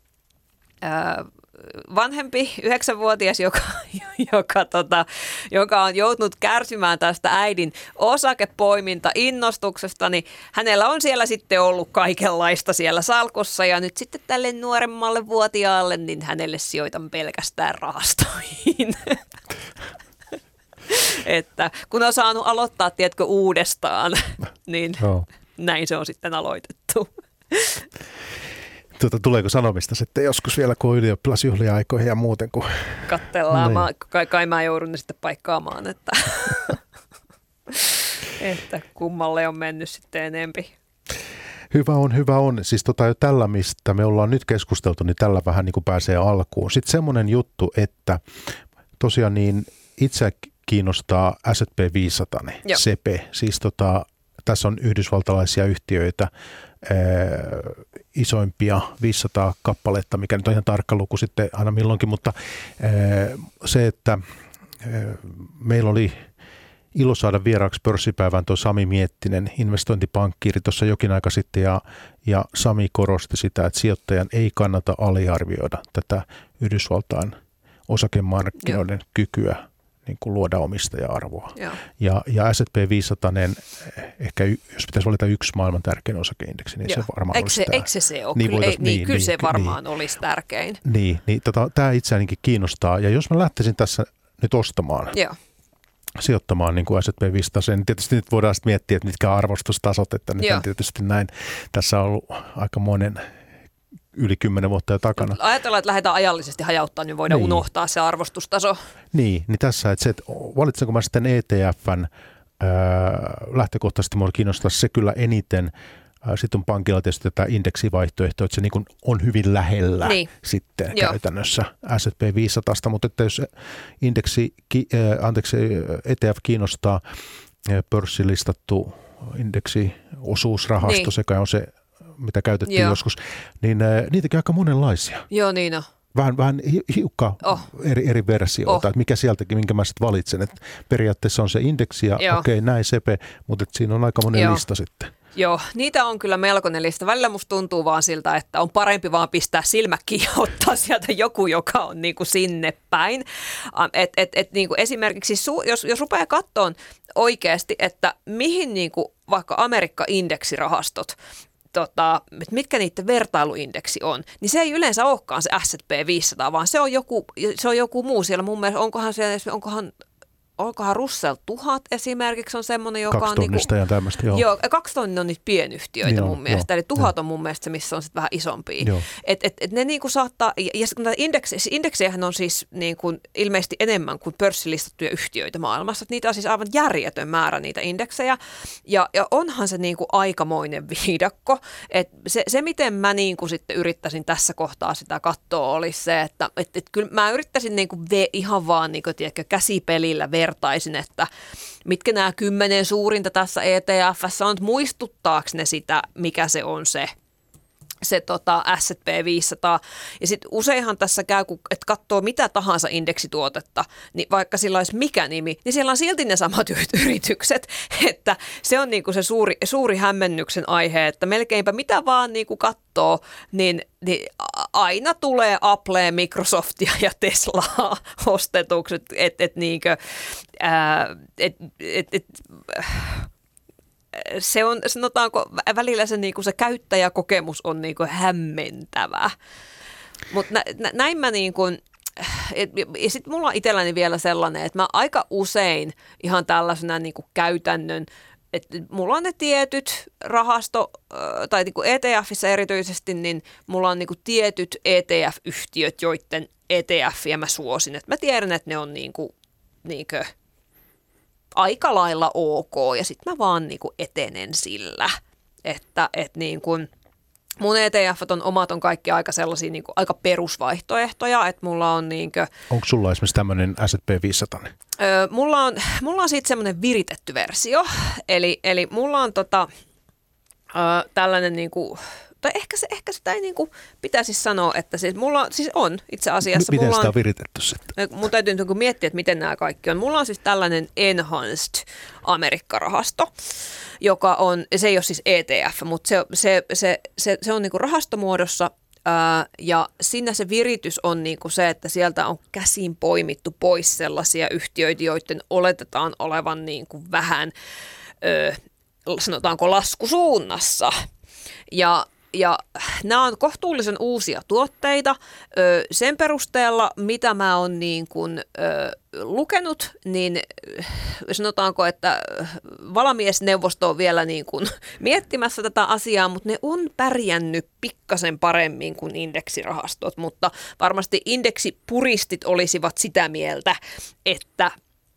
vanhempi yhdeksänvuotias, joka, joka, tota, joka on joutunut kärsimään tästä äidin osakepoiminta-innostuksesta, niin hänellä on siellä sitten ollut kaikenlaista siellä salkussa ja nyt sitten tälle nuoremmalle vuotiaalle, niin hänelle sijoitan pelkästään rahastoihin. Että kun on saanut aloittaa, tiedätkö, uudestaan, niin no. näin se on sitten aloitettu. Tuota, tuleeko sanomista sitten joskus vielä, kun ylioppilasjuhlia-aikoihin ja muuten? Kun... Katsellaan. Mä, kai, kai mä joudun ne sitten paikkaamaan. Että Että kummalle on mennyt sitten enempi. Hyvä on, hyvä on. Siis tota jo tällä, mistä me ollaan nyt keskusteltu, niin tällä vähän niin kuin pääsee alkuun. Sitten semmoinen juttu, että tosiaan niin itse kiinnostaa S and P viisisataa, S E P. Siis tota, tässä on yhdysvaltalaisia yhtiöitä, ää, isoimpia viisisataa kappaletta, mikä nyt on ihan tarkka luku sitten aina milloinkin, mutta ää, se, että ää, meillä oli ilo saada vieraaksi pörssipäivään tuo Sami Miettinen, investointipankkiiri tuossa jokin aika sitten, ja, ja Sami korosti sitä, että sijoittajan ei kannata aliarvioida tätä Yhdysvaltain osakemarkkinoiden Joo. kykyä niin kuin luoda omistaja-arvoa. Joo. Ja, ja S and P viisisataa, ehkä jos pitäisi valita yksi maailman tärkein osakeindeksi, niin Joo. se varmaan eikö olisi se, tämä. Eikö se se ole? Niin, kyllä, ei, niin, niin, kyllä niin, se varmaan niin, olisi tärkein. Niin, niin tota, tämä itseänikin kiinnostaa. Ja jos mä lähtisin tässä nyt ostamaan, Joo. sijoittamaan niin kuin S and P viisisataa, niin tietysti nyt voidaan sitten miettiä, että mitkä arvostustasot, että nyt on tietysti näin. Tässä on ollut aikamoinen yli kymmenen vuotta jo takana. Ajatellaan, että lähdetään ajallisesti hajauttaa, niin voidaan niin. unohtaa se arvostustaso. Niin, niin tässä, että se, että valitsenko mä sitten E T F:n, ää, lähtökohtaisesti mua kiinnostaa se kyllä eniten. Sitten on pankilla tietysti tätä indeksivaihtoehtoa, että se niin kuin on hyvin lähellä niin. sitten Joo. käytännössä S and P viisisataa, mutta että jos indeksi, äh, anteeksi, E T F kiinnostaa pörssilistattu indeksiosuusrahasto, niin. sekä on se, mitä käytettiin Joo. joskus, niin äh, niitäkin on aika monenlaisia. Joo, niin on. Vähän, vähän hiukka oh. eri, eri versioita, oh. että mikä sieltäkin, minkä mä sitten valitsen. Että periaatteessa on se indeksi ja okei, okay, näin sepe, mutta siinä on aika monen Joo. lista sitten. Joo, niitä on kyllä melkoinen lista. Välillä musta tuntuu vaan siltä, että on parempi vaan pistää silmä kiinni ja ottaa sieltä joku, joka on niinku sinne päin. Et, et, et niinku esimerkiksi su, jos, jos rupeaa katsomaan oikeasti, että mihin niinku vaikka Amerikka-indeksirahastot, Tota, mitkä niiden vertailuindeksi on, niin se ei yleensä olekaan se S and P viisisataa, vaan se on joku, se on joku muu siellä. Mun mielestä onkohan, se, onkohan, onkohan Russell tuhat esimerkiksi on semmoinen, joka kaksi on... Kaksi tonnista ja tämmöistä, joo. Joo, kaksi tonnia on niitä pienyhtiöitä joo, mun mielestä, joo, eli tuhat joo. on mun mielestä se, missä on sitten vähän isompia. Että et, et ne niinku saattaa, ja, ja kun indeksi, indeksejähän on siis niinku ilmeisesti enemmän kuin pörssilistattuja yhtiöitä maailmassa, että niitä on siis aivan järjetön määrä niitä indeksejä, ja, ja onhan se niinku aikamoinen viidakko, että se, se miten mä niinku sitten yrittäisin tässä kohtaa sitä katsoa olisi se, että et, et kyllä mä yrittäisin niinku ve, ihan vaan niinku, tiedätkö, käsipelillä vertaisin, että mitkä nämä kymmenen suurinta tässä E T F:ssä on, muistuttaako ne sitä, mikä se on se, se tota S and P viisisataa. Ja sitten useinhan tässä käy, kun et katsoo mitä tahansa indeksituotetta, niin vaikka sillä olisi mikä nimi, niin siellä on silti ne samat yritykset. Että se on niinku se suuri, suuri hämmennyksen aihe, että melkeinpä mitä vaan niinku katsoo, niin, niin aina tulee Applea, Microsoftia ja Teslaa ostetuksi. Että et, niinkö, ää, et, et, et, se on, sanotaanko, välillä se, niin kuin se käyttäjäkokemus on niin kuin hämmentävä. Mutta nä, nä, näin mä niin kuin, et, ja sitten mulla on itselläni vielä sellainen, että mä aika usein ihan tällaisena niin kuin käytännön, että mulla on ne tietyt rahasto, tai niin kuin E T F:issä erityisesti, niin mulla on niin kuin tietyt E T F-yhtiöt, joiden E T F:iä mä suosin. Et mä tiedän, että ne on niin kuin, niin kuin aika lailla ok, ja sitten mä vaan niinku etenen sillä, että et niinku, mun E T F:t on omat on kaikki aika sellaisia niinku, aika perusvaihtoehtoja, että mulla on niinku... Onko sulla esimerkiksi tämmöinen S and P viisisataa? Öö, mulla on, mulla on siitä semmoinen viritetty versio, eli, eli mulla on tota, öö, tällainen niinku... Tai ehkä, se, ehkä sitä ei niinku pitäisi sanoa, että siis mulla siis on itse asiassa. Miten mulla sitä on, on viritetty sitten? Mun täytyy niinku miettiä, että miten nämä kaikki on. Mulla on siis tällainen Enhanced Amerikka-rahasto, joka on, se ei ole siis E T F, mutta se, se, se, se, se on niinku rahastomuodossa. Ää, ja siinä se viritys on niinku se, että sieltä on käsin poimittu pois sellaisia yhtiöitä, joiden oletetaan olevan niinku vähän, ö, sanotaanko laskusuunnassa. Ja Ja nämä on kohtuullisen uusia tuotteita. Sen perusteella, mitä mä oon niin kuin, lukenut, niin sanotaanko, että valamiesneuvosto on vielä niin kuin miettimässä tätä asiaa, mutta ne on pärjännyt pikkasen paremmin kuin indeksirahastot, mutta varmasti indeksipuristit olisivat sitä mieltä, että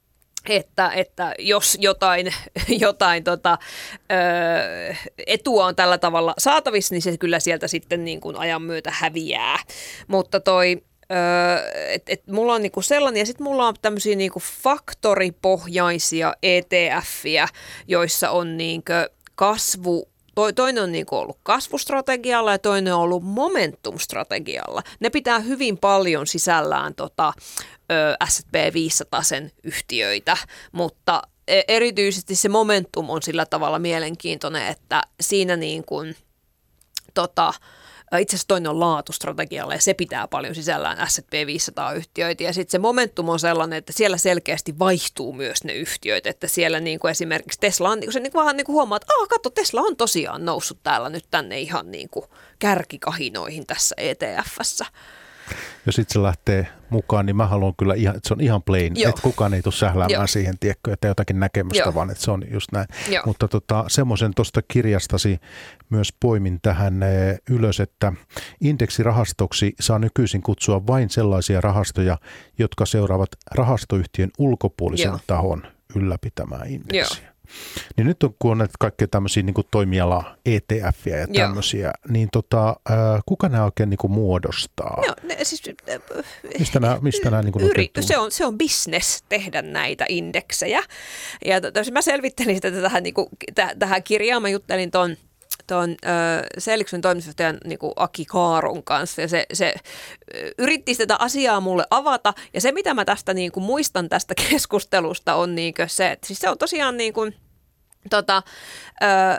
Että, että jos jotain, jotain tota, ö, etua on tällä tavalla saatavissa, niin se kyllä sieltä sitten niin kuin ajan myötä häviää. Mutta toi, että et mulla on niinku sellainen, ja sitten mulla on tämmöisiä niinku faktoripohjaisia E T F:iä, joissa on niinku kasvu, to, toinen on niinku ollut kasvustrategialla ja toinen on ollut momentumstrategialla. Ne pitää hyvin paljon sisällään tota, S and P viisisataa-sen yhtiöitä, mutta erityisesti se momentum on sillä tavalla mielenkiintoinen, että siinä niin kuin, tota, itse asiassa toinen on laatustrategialla ja se pitää paljon sisällään S and P viisisataa-yhtiöitä ja sitten se momentum on sellainen, että siellä selkeästi vaihtuu myös ne yhtiöt, että siellä niin kuin esimerkiksi Tesla on, niin se niin kuin vähän niin kuin huomaa, että ah, katso, Tesla on tosiaan noussut täällä nyt tänne ihan niin kuin kärkikahinoihin tässä E T F:ssä. Jos itse lähtee mukaan, niin mä haluan kyllä, ihan, että se on ihan plain, Joo. että kukaan ei tule sähläämään Joo. siihen, tiedätkö, että jotakin näkemystä, Joo. vaan että se on just näin. Joo. Mutta tota, semmoisen tuosta kirjastasi myös poimin tähän ylös, että indeksirahastoksi saa nykyisin kutsua vain sellaisia rahastoja, jotka seuraavat rahastoyhtiön ulkopuolisen Joo. tahon ylläpitämää indeksiä. Joo. Niin nyt on, kun on näitä kaikkea tämmöisiä niin kuin toimiala E T F:iä ja tämmöisiä, Joo. niin tota, äh, kuka nämä oikein niin kuin muodostaa? No, ne, siis, äh, mistä nämä, mistä nämä niin kuin yri, se, on, se on business tehdä näitä indeksejä. Ja to, mä selvittelin sitä tähän, niin kuin, täh, tähän kirjaan, mä juttelin ton tuon äh, Seeliksen toimitusjohtajan niin kuin Aki Kaaron kanssa ja se, se yritti tätä asiaa mulle avata ja se mitä mä tästä niin kuin muistan tästä keskustelusta on niin kuin se, että siis se on tosiaan niin kuin, tota, äh,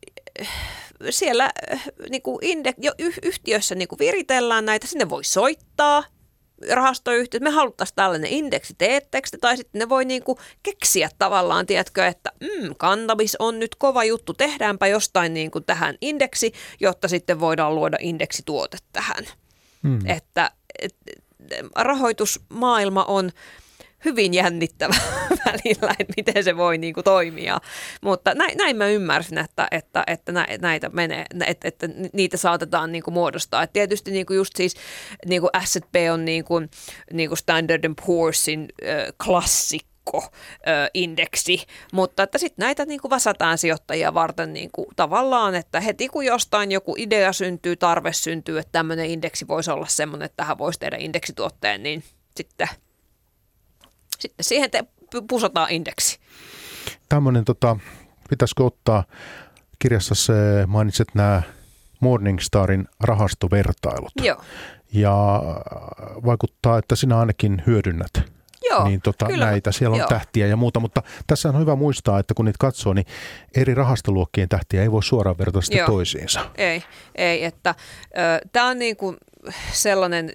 siellä niin kuin indek, jo, yhtiössä niin kuin viritellään näitä, sinne voi soittaa rahastoyhtiöt, me haluttaisiin tällainen indeksi teetteksti, tai sitten ne voi niinku keksiä tavallaan, tiedätkö, että mm, kannabis on nyt kova juttu, tehdäänpä jostain niinku tähän indeksi, jotta sitten voidaan luoda indeksituote tähän. Hmm. Että et, rahoitusmaailma on hyvin jännittävä välillä, että miten se voi niinku toimia, mutta näin, näin mä ymmärsin, että, että, että näitä menee, että, että niitä saatetaan niinku muodostaa. Et tietysti niinku just siis niinku S and P on niinku, niinku Standard and Poor'sin äh, klassikko äh, indeksi, mutta että sitten näitä niinku vasataan sijoittajia varten niinku tavallaan, että heti kun jostain joku idea syntyy, tarve syntyy, että tämmöinen indeksi voisi olla semmoinen, että tähän voisi tehdä indeksituotteen, niin sitten Sitten siihen te pusataan indeksi. Tämmöinen, tota, pitäisikö ottaa, kirjassa se mainitset nämä Morningstarin rahastovertailut. Joo. Ja vaikuttaa, että sinä ainakin hyödynnät Joo, niin, tota, näitä. Siellä on Joo. tähtiä ja muuta, mutta tässä on hyvä muistaa, että kun niitä katsoo, niin eri rahastoluokkien tähtiä ei voi suoraan verrata sitten Joo. toisiinsa. Ei, ei että tämä on niin kuin sellainen,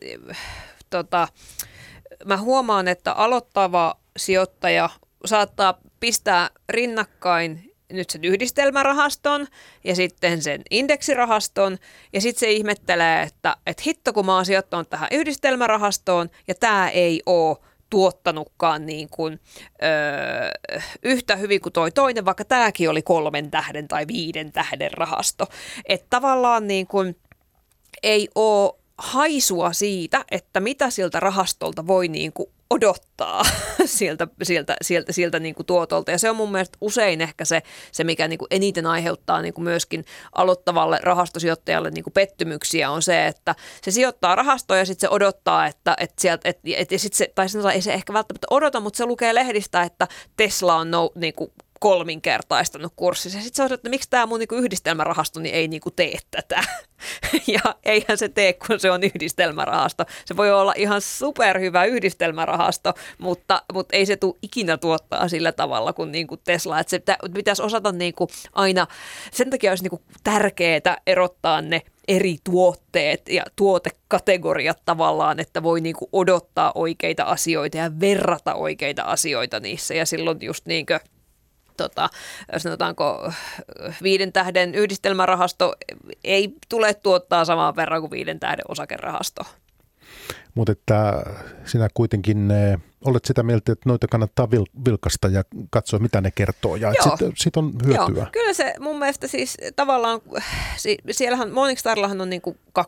tota, mä huomaan, että aloittava sijoittaja saattaa pistää rinnakkain nyt sen yhdistelmärahaston ja sitten sen indeksirahaston ja sitten se ihmettelee, että, että hitto kun mä oon sijoittanut tähän yhdistelmärahastoon ja tämä ei ole tuottanutkaan niin kuin, öö, yhtä hyvin kuin toi toinen, vaikka tämäkin oli kolmen tähden tai viiden tähden rahasto. Että tavallaan niin kuin ei ole haisua siitä, että mitä siltä rahastolta voi niin kuin odottaa sieltä, sieltä, sieltä, sieltä niin kuin tuotolta. Ja se on mun mielestä usein ehkä se, se mikä niin kuin eniten aiheuttaa niin kuin myöskin aloittavalle rahastosijoittajalle niin kuin pettymyksiä on se, että se sijoittaa rahastoja ja sitten se odottaa, että, että sieltä, et, et, et sit se, tai sanotaan, ei se ehkä välttämättä odota, mutta se lukee lehdistä, että Tesla on no, niin kuin kolminkertaistanut kurssissa. Sitten se on, että miksi tämä mun niinku yhdistelmärahasto niin ei niinku tee tätä. Ja eihän se tee, kun se on yhdistelmärahasto. Se voi olla ihan superhyvä yhdistelmärahasto, mutta, mutta ei se tule ikinä tuottaa sillä tavalla kuin niinku Tesla. Että se pitäisi osata niinku aina, sen takia olisi niinku tärkeää erottaa ne eri tuotteet ja tuotekategoriat tavallaan, että voi niinku odottaa oikeita asioita ja verrata oikeita asioita niissä. Ja silloin just niin kuin Tota, sanotaanko viiden tähden yhdistelmärahasto ei tule tuottaa samaan verran kuin viiden tähden osakerahasto. Mutta että sinä kuitenkin eh, olet sitä mieltä, että noita kannattaa vil- vilkasta ja katsoa, mitä ne kertoo ja sitten sit on hyötyä. Joo, kyllä se mun mielestä siis tavallaan, siellähän Morningstarillahan on niinku kaksi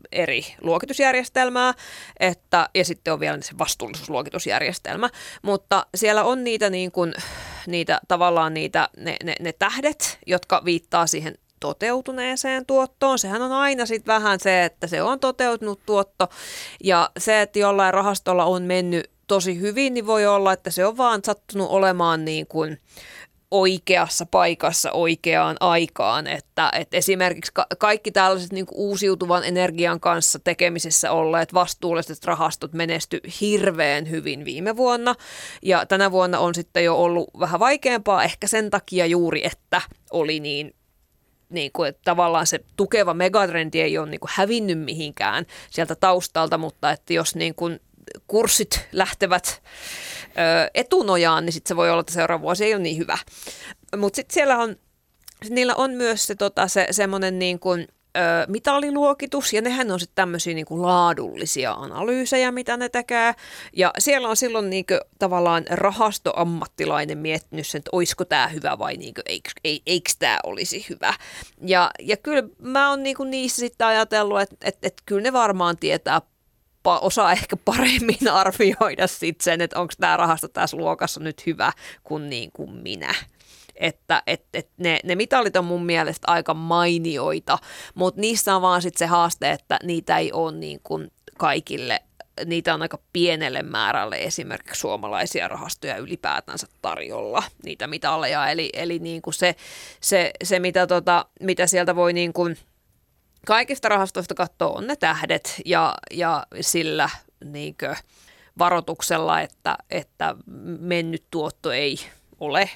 eri luokitusjärjestelmää, että, ja sitten on vielä se vastuullisuusluokitusjärjestelmä, mutta siellä on niitä, niin kuin, niitä tavallaan niitä, ne, ne, ne tähdet, jotka viittaa siihen toteutuneeseen tuottoon. Sehän on aina sitten vähän se, että se on toteutunut tuotto, ja se, että jollain rahastolla on mennyt tosi hyvin, niin voi olla, että se on vaan sattunut olemaan niin kuin oikeassa paikassa oikeaan aikaan, että, että esimerkiksi ka- kaikki tällaiset niin kuin uusiutuvan energian kanssa tekemisessä olleet vastuulliset rahastot menesty hirveän hyvin viime vuonna, ja tänä vuonna on sitten jo ollut vähän vaikeampaa, ehkä sen takia juuri, että oli niin Niin kuin, että tavallaan se tukeva megatrendi ei ole niin kuin hävinnyt mihinkään sieltä taustalta, mutta että jos niin kuin kurssit lähtevät ö, etunojaan, niin sitten se voi olla, että seuraava vuosi ei ole niin hyvä. Mutta sitten siellä on, niillä on myös se, tota, se semmoinen niin kuin ö, mitaliluokitus, ja nehän on sitten tämmöisiä niin kuin laadullisia analyysejä, mitä ne tekee. Ja siellä on silloin niin kuin, tavallaan rahastoammattilainen miettinyt sen, että olisiko tämä hyvä vai niin kuin, eikö, eikö tämä olisi hyvä. Ja, ja kyllä mä oon niin kuin niissä sitten ajatellut, että, että, että kyllä ne varmaan tietää, osaa ehkä paremmin arvioida sitten sen, että onko tämä rahasto tässä luokassa nyt hyvä kuin, niin kuin minä. Että et, et ne, ne mitalit on mun mielestä aika mainioita, mutta niissä on vaan sitten se haaste, että niitä ei ole niin kuin kaikille, niitä on aika pienelle määrälle esimerkiksi suomalaisia rahastoja ylipäätänsä tarjolla, niitä mitaleja. Eli, eli niin kuin se, se, se mitä, tota, mitä sieltä voi niin kuin kaikista rahastoista katsoa, on ne tähdet, ja, ja sillä niinkö varoituksella, että, että mennyt tuotto ei ole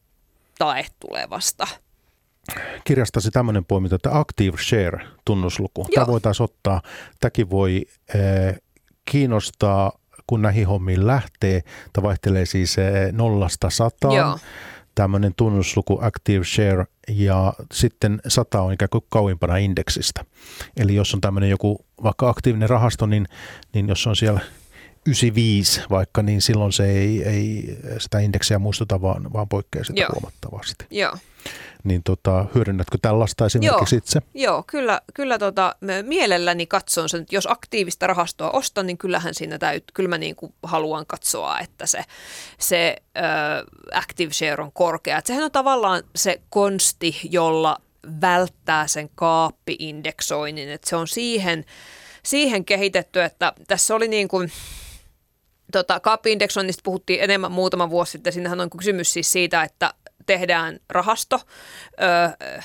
tae tulevasta. Kirjastasi tämmöinen poiminta, että Active Share-tunnusluku. Joo. Tämä voitaisiin ottaa. Tämäkin voi äh, kiinnostaa, kun näihin hommiin lähtee. Tämä vaihtelee siis äh, nollasta sataan. Joo. Tämmöinen tunnusluku Active Share, ja sitten sata on ikään kuin kauimpana indeksistä. Eli jos on tämmöinen joku vaikka aktiivinen rahasto, niin, niin jos on siellä yhdeksänkymmentäviisi vaikka, niin silloin se ei, ei sitä indeksiä muistuta, vaan, vaan poikkeaa sitä Joo. huomattavasti. Joo. Niin tota, hyödynnätkö tällaista esimerkiksi Joo. itse? Joo, kyllä, kyllä tota, mielelläni katson sen, että jos aktiivista rahastoa ostan, niin kyllähän siinä täytyy, kyllä mä niin kuin haluan katsoa, että se, se äh, Active Share on korkea. Et sehän on tavallaan se konsti, jolla välttää sen kaappi-indeksoinnin, että se on siihen, siihen kehitetty, että tässä oli niin kuin Tota, kaappi-indeksoinnista puhuttiin enemmän muutama vuosi sitten. Siinähän on kysymys siis siitä, että tehdään rahasto, öö,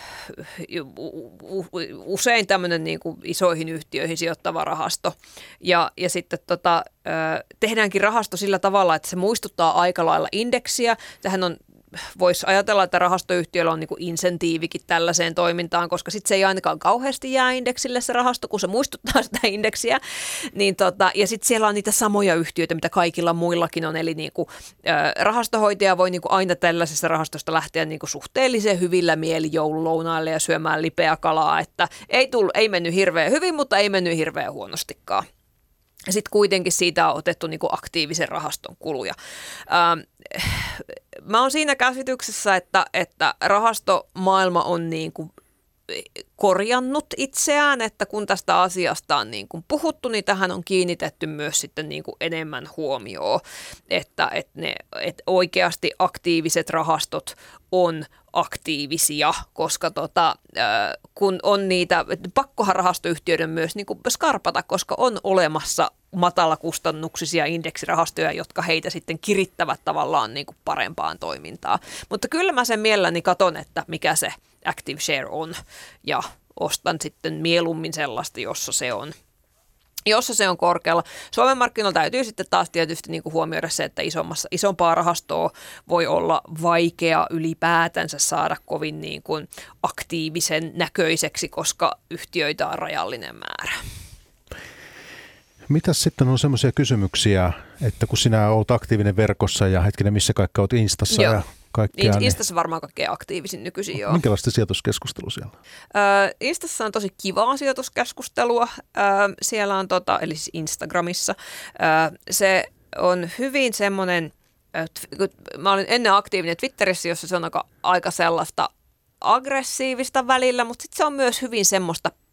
usein tämmöinen niin kuin isoihin yhtiöihin sijoittava rahasto, ja, ja sitten tota, öö, tehdäänkin rahasto sillä tavalla, että se muistuttaa aika lailla indeksiä. Tähän on voisi ajatella, että rahastoyhtiöllä on niin kuin insentiivikin tällaiseen toimintaan, koska sitten se ei ainakaan kauheasti jää indeksille se rahasto, kun se muistuttaa sitä indeksiä. Niin tota, ja sitten siellä on niitä samoja yhtiöitä, mitä kaikilla muillakin on. Eli niin kuin, ä, rahastohoitaja voi niin kuin aina tällaisessa rahastosta lähteä niin kuin suhteellisen hyvillä mieli joululounaille ja syömään lipeä kalaa. Että ei, tullut, ei mennyt hirveän hyvin, mutta ei mennyt hirveän huonostikaan. Sitten kuitenkin siitä on otettu niin kuin aktiivisen rahaston kuluja. Ähm, mä oon siinä käsityksessä, että, että rahastomaailma on niin kuin korjannut itseään, että kun tästä asiasta on niin kuin puhuttu, niin tähän on kiinnitetty myös sitten niin kuin enemmän huomioon, että, että, ne, että oikeasti aktiiviset rahastot on aktiivisia, koska tota, kun on niitä, pakkohan rahastoyhtiöiden myös niin kuin skarpata, koska on olemassa matalakustannuksisia indeksirahastoja, jotka heitä sitten kirittävät tavallaan niin kuin parempaan toimintaan. Mutta kyllä mä sen mielelläni katon, että mikä se Active Share on, ja ostan sitten mieluummin sellaista, jossa se on jossa se on korkealla. Suomen markkinoilla täytyy sitten taas tietysti niin kuin huomioida se, että isommassa, isompaa rahastoa voi olla vaikea ylipäätänsä saada kovin niin kuin aktiivisen näköiseksi, koska yhtiöitä on rajallinen määrä. Mitäs sitten on semmoisia kysymyksiä, että kun sinä olet aktiivinen verkossa ja hetkinen, missä kaikki olet Instassa Joo. ja kaikkea. Niin, Instassa varmaan kaikkein aktiivisin nykyisin, joo. Minkälaista sijoituskeskustelua siellä? Öö, Instassa on tosi kivaa sijoituskeskustelua. Öö, siellä on, tota, eli siis Instagramissa. Öö, se on hyvin semmoinen, mä olin ennen aktiivinen Twitterissä, jossa se on aika, aika sellaista aggressiivista välillä, mutta sitten se on myös hyvin semmoista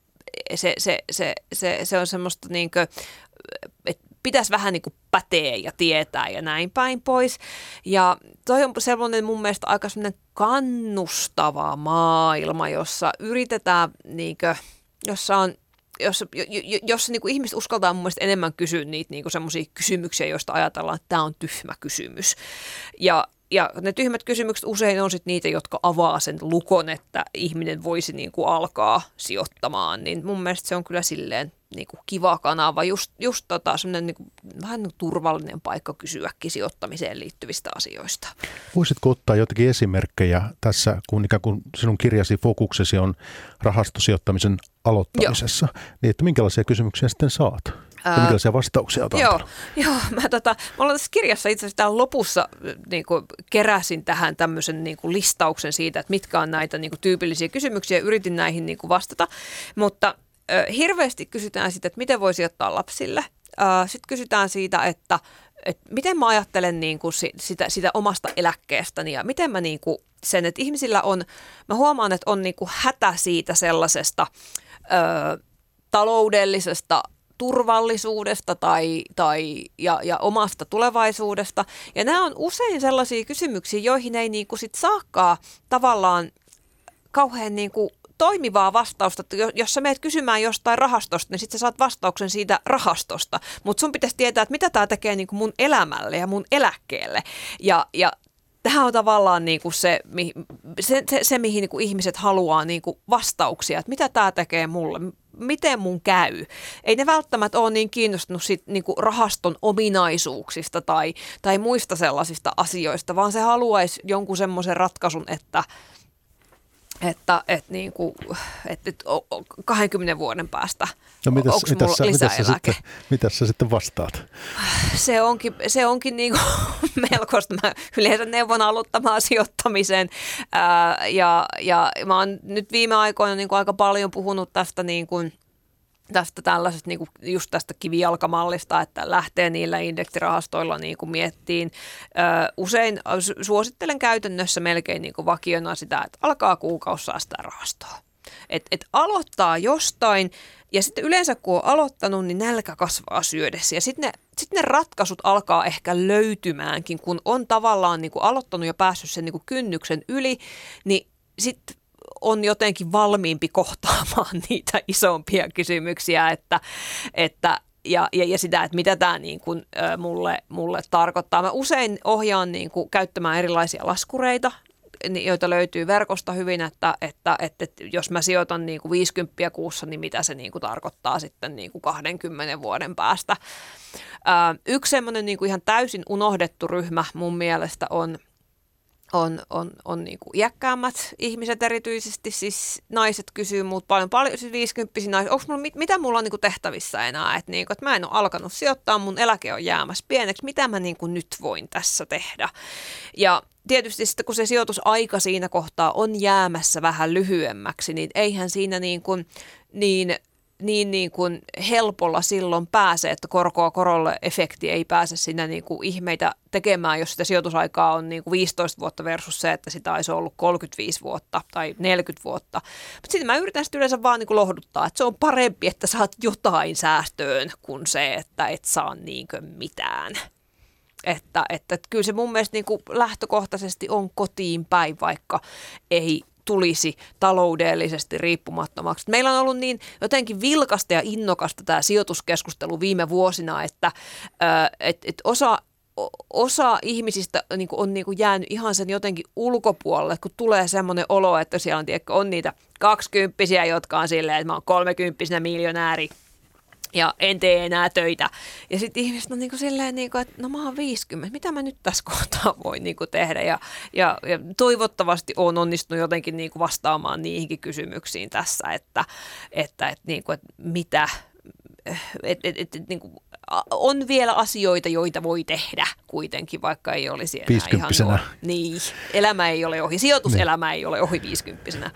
se, se, se, se, se on semmoista niin kuin, että pitäisi vähän niin kuin päteä ja tietää ja näin päin pois. Ja toi on sellainen mun mielestä aika semmoinen kannustava maailma, jossa yritetään, niin kuin, jossa on Jos, jos niin kuin ihmiset uskaltaa mun mielestä enemmän kysyä niitä niin kuin semmoisia kysymyksiä, joista ajatellaan, että tämä on tyhmä kysymys. Ja, ja ne tyhmät kysymykset usein on sit niitä, jotka avaa sen lukon, että ihminen voisi niin kuin alkaa sijoittamaan. Niin mun mielestä se on kyllä silleen niin kuin kiva kanava, just, just tota, semmoinen niin kuin, vähän niin kuin turvallinen paikka kysyäkin sijoittamiseen liittyvistä asioista. Voisitko ottaa jotakin esimerkkejä tässä, kun ikään kuin sinun kirjasi fokuksesi on rahastosijoittamisen aloittamisessa, Joo. niin että minkälaisia kysymyksiä sitten saat? Ja minkälaisia vastauksia otat? Joo, joo mä, tota, mä olen tässä kirjassa itse asiassa täällä lopussa niin kuin keräsin tähän tämmöisen niin kuin listauksen siitä, että mitkä on näitä niin kuin tyypillisiä kysymyksiä, yritin näihin niin kuin vastata, mutta äh, hirveästi kysytään siitä, että miten voi sijoittaa lapsille. Äh, Sitten kysytään siitä, että, että miten mä ajattelen niin kuin sitä, sitä omasta eläkkeestäni ja miten mä niin kuin sen, että ihmisillä on, mä huomaan, että on niin kuin hätä siitä sellaisesta äh, taloudellisesta turvallisuudesta tai, tai, ja, ja omasta tulevaisuudesta. Ja nämä on usein sellaisia kysymyksiä, joihin ei niinku sit saakaan tavallaan kauhean niinku toimivaa vastausta. Jos sä meet kysymään jostain rahastosta, niin sitten sä saat vastauksen siitä rahastosta. Mutta sun pitäisi tietää, että mitä tämä tekee niinku mun elämälle ja mun eläkkeelle. Ja, ja tämä on tavallaan niinku se, se, se, se, mihin niinku ihmiset haluaa niinku vastauksia, että mitä tämä tekee mulle. Miten mun käy? Ei ne välttämättä ole niin kiinnostunut sit niinku rahaston ominaisuuksista tai, tai muista sellaisista asioista, vaan se haluaisi jonkun semmoisen ratkaisun, että, että, että, niinku, että, että kahdenkymmenen vuoden päästä no mitäs, onko mitäs mulla sä, lisäeläke? Mitäs sä, sitten, mitäs sä sitten vastaat? Se onkin, se onkin niinku melkoista. Mä yleensä neuvon aloittamaan sijoittamiseen ää, ja, ja mä oon nyt viime aikoina niinku aika paljon puhunut tästä, niinku, tästä tällaisesta niinku, just tästä kivijalkamallista, että lähtee niillä indeksirahastoilla niinku miettiin. Ää, usein suosittelen käytännössä melkein niinku vakiona sitä, että alkaa kuukausi säästää rahastoa. Että et aloittaa jostain ja sitten yleensä kun on aloittanut, niin nälkä kasvaa syödessä ja sitten ne, sit ne ratkaisut alkaa ehkä löytymäänkin, kun on tavallaan niin kuin aloittanut ja päässyt sen niin kuin kynnyksen yli, niin sitten on jotenkin valmiimpi kohtaamaan niitä isompia kysymyksiä, että, että Ja, ja, ja sitä, että mitä tämä niin kuin, ä, mulle, mulle tarkoittaa. Mä usein ohjaan niin kuin, käyttämään erilaisia laskureita, joita löytyy verkosta hyvin, että, että, että, että jos mä sijoitan niin kuin viisikymmentä kuussa, niin mitä se niin kuin tarkoittaa sitten niin kuin kahdenkymmenen vuoden päästä. Ää, yksi semmoinen niin kuin ihan täysin unohdettu ryhmä mun mielestä on, on, on, on niin kuin iäkkäämmät ihmiset erityisesti, siis naiset kysyy mut paljon, paljon siis viisikymppisiä naiset, onko mulla, mit, mitä mulla on niin kuin tehtävissä enää, että, niin kuin, että mä en ole alkanut sijoittaa, mun eläke on jäämässä pieneksi, mitä mä niin kuin nyt voin tässä tehdä. Ja tietysti sitten kun se sijoitusaika siinä kohtaa on jäämässä vähän lyhyemmäksi, niin eihän siinä niin kuin, niin, niin, niin kuin helpolla silloin pääse, että korkoa korolle efekti ei pääse siinä niin kuin ihmeitä tekemään, jos sitä sijoitusaikaa on niin kuin viisitoista vuotta versus se, että sitä olisi ollut kolmekymmentäviisi vuotta tai neljäkymmentä vuotta. Mutta sitten mä yritän sitten yleensä vaan niin kuin lohduttaa, että se on parempi, että saat jotain säästöön kuin se, että et saa niin kuin mitään. Että, että, että kyllä se mun mielestä niin kuin lähtökohtaisesti on kotiin päin, vaikka ei tulisi taloudellisesti riippumattomaksi. Meillä on ollut niin jotenkin vilkasta ja innokasta tämä sijoituskeskustelu viime vuosina, että et, et osa, osa ihmisistä niin kuin on niin kuin jäänyt ihan sen jotenkin ulkopuolelle, kun tulee semmoinen olo, että siellä on, tiedätkö, on niitä kaksikymppisiä, jotka on silleen, että mä oon kolmekymppisenä miljonääri. Ja en tee enää töitä. Ja sitten ihmiset on niin kuin silleen, niin kuin, että no mä oon viisikymmentä, mitä mä nyt tässä kohtaa voin niin kuin tehdä. Ja, ja, ja toivottavasti olen onnistunut jotenkin niin kuin vastaamaan niihinkin kysymyksiin tässä, että, että, että, niin kuin, että mitä, että, että, että niin kuin, on vielä asioita, joita voi tehdä kuitenkin, vaikka ei olisi enää ihan nuo. Niin, elämä ei ole ohi, sijoituselämä ei ole ohi viisikymppisenä.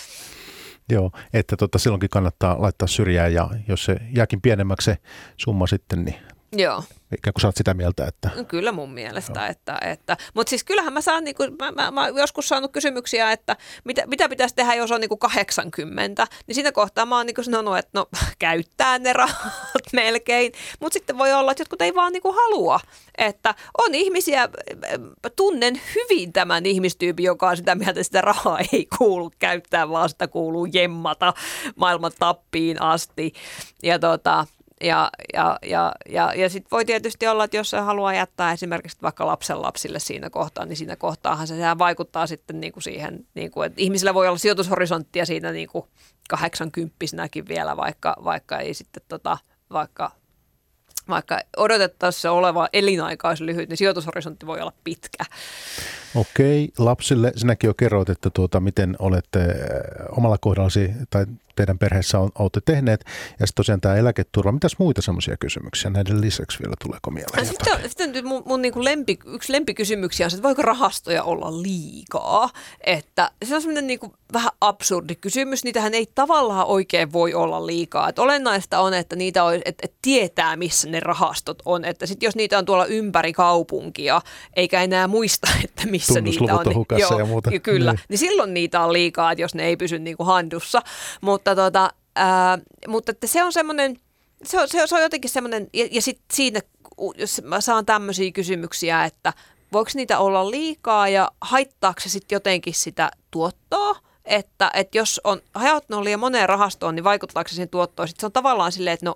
Joo, että tota, silloinkin kannattaa laittaa syrjään ja jos se jääkin pienemmäksi se summa sitten, niin Joo. Ikään kuin sä oot sitä mieltä, että... No, kyllä mun mielestä. Että, että, mutta siis kyllähän mä saan, niin kuin, mä, mä, mä joskus saanut kysymyksiä, että mitä, mitä pitäisi tehdä, jos on niin kuin kahdeksankymmentä. Niin siinä kohtaa mä oon niin kuin sanonut, että no käyttää ne rahat melkein. Mutta sitten voi olla, että jotkut ei vaan niin kuin halua. Että on ihmisiä, tunnen hyvin tämän ihmistyypin, joka on sitä mieltä, että sitä rahaa ei kuulu käyttää, vaan sitä kuuluu jemmata maailman tappiin asti. Ja tota... Ja, ja, ja, ja, ja sitten voi tietysti olla, että jos se haluaa jättää esimerkiksi vaikka lapsenlapsille siinä kohtaa, niin siinä kohtaahan se sehän vaikuttaa sitten niin kuin siihen, niin kuin, että ihmisillä voi olla sijoitushorisonttia siinä niin kuin kahdeksankymppisenäkin vielä, vaikka, vaikka ei sitten tota, vaikka, vaikka odotettaisiin se oleva elinaika olisi lyhyt, niin sijoitushorisontti voi olla pitkä. Okei, lapsille sinäkin jo kerroit, että tuota, miten olette omalla kohdallasi tai teidän perheessä on, olette tehneet. Ja sitten tosiaan tämä eläketurva. Mitäs muita semmoisia kysymyksiä näiden lisäksi vielä tuleeko mieleen? Sitten, sitten mun, mun niin kuin lempi, yksi lempikysymyksiä on se, että voiko rahastoja olla liikaa? Että se on semmoinen niin kuin vähän absurdi kysymys. Niitähän ei tavallaan oikein voi olla liikaa. Että olennaista on, että niitä on, että, että tietää, missä ne rahastot on. Että sit jos niitä on tuolla ympäri kaupunkia, eikä enää muista, että missä niitä on. Niin, joo, ja muuta. Kyllä, niin. niin silloin niitä on liikaa, että jos ne ei pysy niin kuin handussa. Mutta, tota, ää, mutta että se on semmoinen, se on, se on jotenkin semmoinen, ja, ja sitten siinä, jos mä saan tämmöisiä kysymyksiä, että voiko niitä olla liikaa ja haittaako se sitten jotenkin sitä tuottoa, että, että jos on hajauttanut liian moneen rahastoon, niin vaikuttaako se siihen tuottoon? Sitten se on tavallaan silleen, että no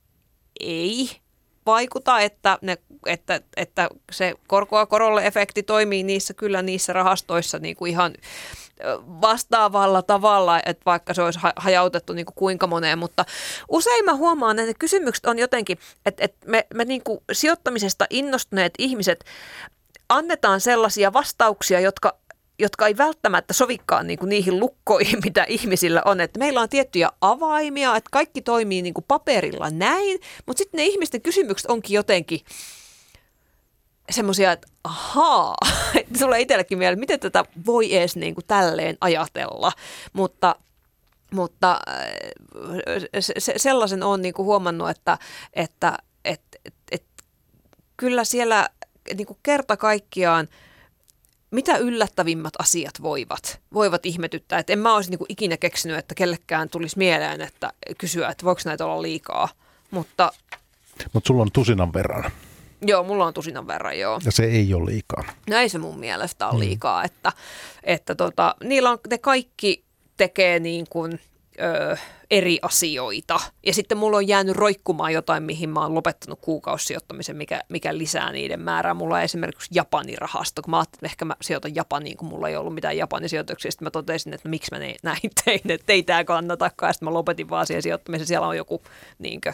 ei vaikuta, että, ne, että, että se korkoa korolle efekti toimii niissä kyllä niissä rahastoissa niin kuin ihan vastaavalla tavalla, että vaikka se olisi hajautettu niin kuin kuinka moneen, mutta usein mä huomaan, että ne kysymykset on jotenkin, että, että me, me niin kuin sijoittamisesta innostuneet ihmiset annetaan sellaisia vastauksia, jotka jotka ei välttämättä sovikaan niin kuin niihin lukkoihin, mitä ihmisillä on. Että meillä on tiettyjä avaimia, että kaikki toimii niin kuin paperilla näin, mutta sitten ne ihmisten kysymykset onkin jotenkin semmoisia, että ahaa, että tulee itsellekin mieleen, miten tätä voi edes niin kuin tälleen ajatella, mutta, mutta se, se, sellaisen olen niin kuin huomannut, että, että et, et, et, kyllä siellä niin kuin kerta kaikkiaan mitä yllättävimmät asiat voivat, voivat ihmetyttää. Et en mä olisi niinku ikinä keksinyt, että kellekään tulisi mieleen, että kysyä, että voiko näitä olla liikaa. Mutta Mut sulla on tusinan verran. Joo, mulla on tusinan verran, joo. Ja se ei ole liikaa. No ei se mun mielestä ole liikaa, mm. että, että tota, niillä on, ne kaikki tekee niin kuin Ö, eri asioita. Ja sitten mulla on jäänyt roikkumaan jotain, mihin mä oon lopettanut kuukausisijoittamisen, mikä, mikä lisää niiden määrää. Mulla on esimerkiksi Japanin rahasto. Kun mä ajattelin, että ehkä mä sijoitan Japaniin, kun mulla ei ollut mitään Japanin sijoituksia. Sitten mä totesin, että no, miksi mä näin tein, että ei tää kannatakaan. Sitten mä lopetin vaan siihen sijoittamisen. Siellä on joku niinkö,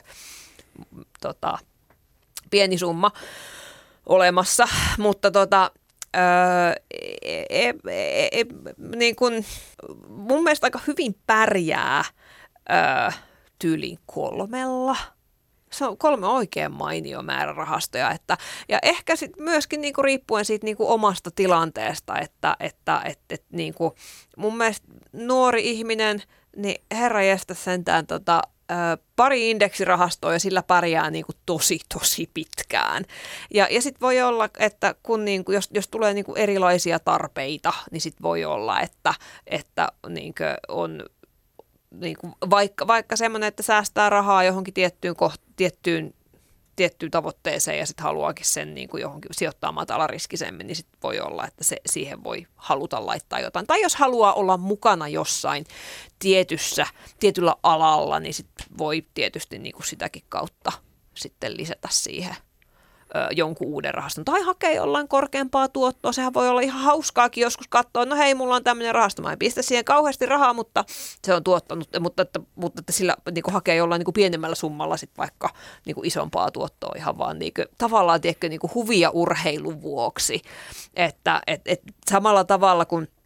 tota, pieni summa olemassa. Mutta tota... Öö, e, e, e, niin kun, mun mielestä aika hyvin pärjää öö, tyyliin kolmella. Se on kolme oikein mainio määrä rahastoja. Että, ja ehkä sit myöskin niinku riippuen siitä niinku omasta tilanteesta, että, että et, et, niinku, mun mielestä nuori ihminen, niin herranjestas sentään tota, pari indeksirahastoa ja sillä pärjää niin kuin tosi, tosi pitkään. Ja, ja sitten voi olla, että kun niin kuin, jos, jos tulee niin kuin erilaisia tarpeita, niin sitten voi olla, että, että niin kuin on niin kuin vaikka, vaikka semmoinen, että säästää rahaa johonkin tiettyyn, koht- tiettyyn, tiettyyn tavoitteeseen ja sitten haluaakin sen niin kuin johonkin sijoittaa matalariskisemmin, niin sitten voi olla, että se, siihen voi haluta laittaa jotain. Tai jos haluaa olla mukana jossain tietyssä, tietyllä alalla, niin sitten voi tietysti niin kuin sitäkin kautta sitten lisätä siihen ö, jonkun uuden rahaston. Tai hakea jollain korkeampaa tuottoa. Sehän voi olla ihan hauskaakin joskus katsoa, no hei, mulla on tämmöinen rahasto. Mä en pistä siihen kauheasti rahaa, mutta se on tuottanut, mutta että, mutta että sillä niin kuin hakee jollain niin kuin pienemmällä summalla sit vaikka niin kuin isompaa tuottoa ihan vaan niin kuin, tavallaan tiedätkö, niin kuin huvia urheilun vuoksi. Että et, et, samalla tavalla kuin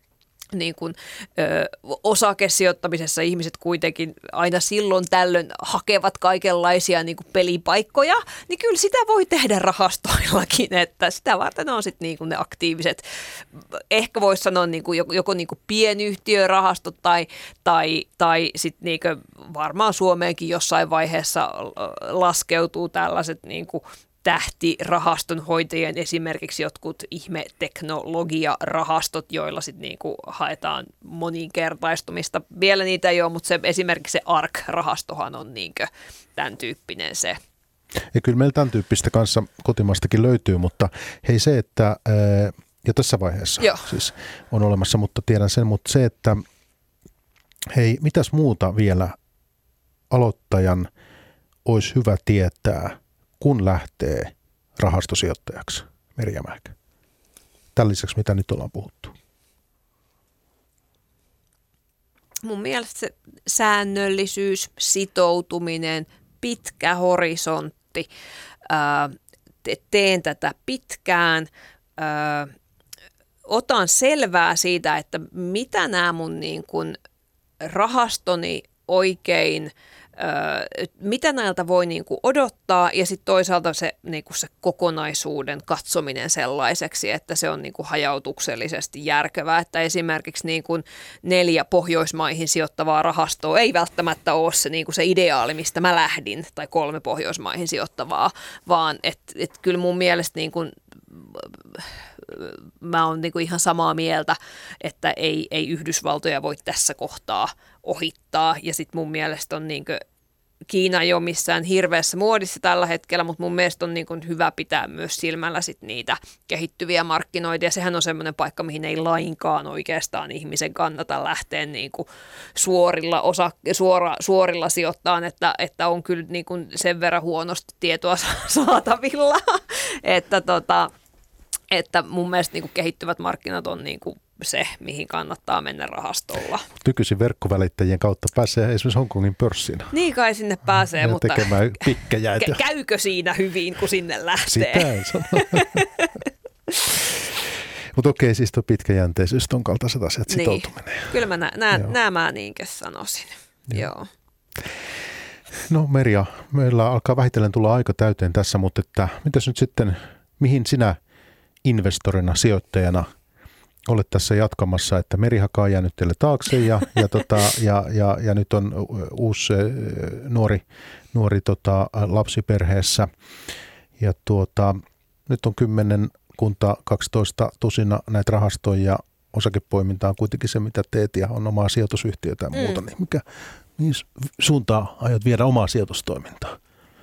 niin kuin, ö, osakesijoittamisessa ihmiset kuitenkin aina silloin tällöin hakevat kaikenlaisia niin kuin pelipaikkoja, niin kyllä sitä voi tehdä rahastoillakin, että sitä varten on sitten niin kuin ne aktiiviset, ehkä voisi sanoa niin kuin joko, joko niin kuin pienyhtiörahastot tai, tai, tai sitten niin kuin varmaan Suomeenkin jossain vaiheessa laskeutuu tällaiset niin kuin tähtirahaston hoitajien esimerkiksi jotkut ihmeteknologiarahastot, joilla sitten niinku haetaan moninkertaistumista. Vielä niitä ei ole, mutta se, esimerkiksi se A R K-rahastohan on niinku tämän tyyppinen se. Ja kyllä meillä tämän tyyppistä kanssa kotimaastakin löytyy, mutta hei se, että jo tässä vaiheessa Joo. siis on olemassa, mutta tiedän sen, mutta se, että hei, mitäs muuta vielä aloittajan olisi hyvä tietää, kun lähtee rahastosijoittajaksi, Merja Mähkä? Tämän lisäksi, mitä nyt ollaan puhuttu. Mun mielestä se säännöllisyys, sitoutuminen, pitkä horisontti, ää, teen tätä pitkään, ää, otan selvää siitä, että mitä nämä mun niin kun rahastoni oikein mitä näiltä voi niin kuin odottaa ja sitten toisaalta se, niin kuin se kokonaisuuden katsominen sellaiseksi, että se on niin kuin hajautuksellisesti järkevää, että esimerkiksi niin kuin neljä Pohjoismaihin sijoittavaa rahastoa ei välttämättä ole se, niin kuin se ideaali, mistä mä lähdin, tai kolme Pohjoismaihin sijoittavaa, vaan että et kyllä mun mielestä niin kuin mä oon niinku ihan samaa mieltä, että ei, ei Yhdysvaltoja voi tässä kohtaa ohittaa. Ja sitten mun mielestä on niinku, Kiina ei ole missään hirveässä muodissa tällä hetkellä, mutta mun mielestä on niinku hyvä pitää myös silmällä sit niitä kehittyviä markkinoita. Ja sehän on semmoinen paikka, mihin ei lainkaan oikeastaan ihmisen kannata lähteä niinku suorilla, osa, suora, suorilla sijoittaan, että, että on kyllä niinku sen verran huonosti tietoa saatavilla, että tota... Että mun mielestä niin kuin kehittyvät markkinat on niin kuin se, mihin kannattaa mennä rahastolla. Nykyisin verkkovälittäjien kautta pääsee esimerkiksi Hongkongin pörssiin. Niin kai sinne pääsee, ja mutta tekemään pikkejäitä. Käykö siinä hyvin, kun sinne lähtee? Sitä en sano. Mutta okei, siis tuo pitkäjänteisyys on kaltaiset asiat, niin. Sitoutuminen. Kyllä mä nä- nä- nämä niinkä sanoisin. Joo. Joo. No Merja, meillä alkaa vähitellen tulla aika täyteen tässä, mutta että mitäs nyt sitten, mihin sinä investorina, sijoittajana olet tässä jatkamassa, että Merihaka on jäänyt teille taakse ja, ja, tota, ja, ja, ja nyt on uusi nuori, nuori tota, lapsi perheessä ja tuota, nyt on kymmenen kunta, kaksitoista tusina näitä rahastoja ja osakepoiminta on kuitenkin se, mitä teet ja on omaa sijoitusyhtiötä ja muuta, mm. niin mikä, mihin suuntaan aiot viedä omaa sijoitustoimintaa?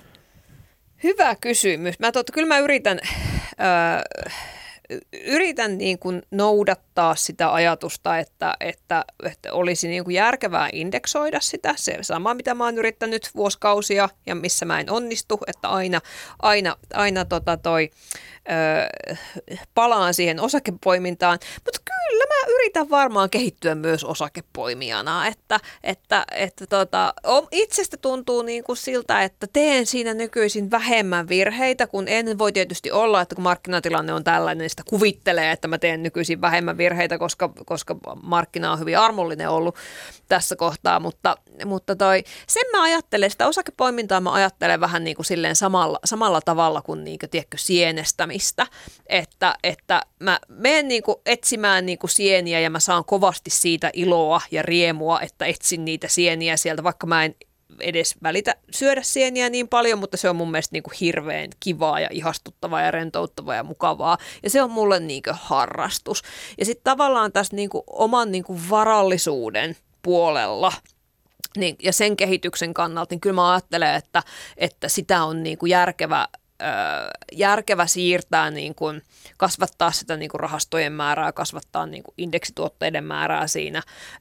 Hyvä kysymys. Mä totta, kyllä mä yritän, öö, yritän niin kuin noudattaa sitä ajatusta, että, että, että olisi niin kuin järkevää indeksoida sitä. Se sama, mitä mä oon yrittänyt vuosikausia ja missä mä en onnistu, että aina, aina, aina tota toi, öö, palaan siihen osakepoimintaan. Mutta kyllä mä yritän varmaan kehittyä myös osakepoimijana, että, että, että tota, itsestä tuntuu niin kuin siltä, että teen siinä nykyisin vähemmän virheitä, kun en voi tietysti olla, että kun markkinatilanne on tällainen, niin sitä kuvittelee, että mä teen nykyisin vähemmän virheitä, koska, koska markkina on hyvin armollinen ollut tässä kohtaa, mutta, mutta toi, sen mä ajattelen, sitä osakepoimintaa mä ajattelen vähän niin kuin silleen samalla, samalla tavalla kuin, niin kuin tiedätkö, sienestämistä, että, että mä menen niin kuin etsimään niin kuin sieniä ja mä saan kovasti siitä iloa ja riemua, että etsin niitä sieniä sieltä, vaikka mä en edes välitä syödä sieniä niin paljon, mutta se on mun mielestä niin kuin hirveän kivaa ja ihastuttavaa ja rentouttavaa ja mukavaa. Ja se on mulle niin kuin harrastus. Ja sitten tavallaan tässä niin kuin oman niin kuin varallisuuden puolella niin, ja sen kehityksen kannalta, niin kyllä mä ajattelen, että, että sitä on niin kuin järkevä järkevä siirtää, niin kuin, kasvattaa sitä niin kuin rahastojen määrää, kasvattaa niin kuin indeksituotteiden määrää siinä.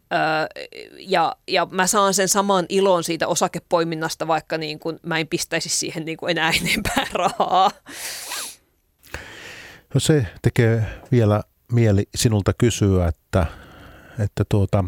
Ja, ja mä saan sen saman ilon siitä osakepoiminnasta, vaikka niin kuin, mä en pistäisi siihen niin kuin enää enempää rahaa. No se tekee vielä mieli sinulta kysyä, että, että tuota,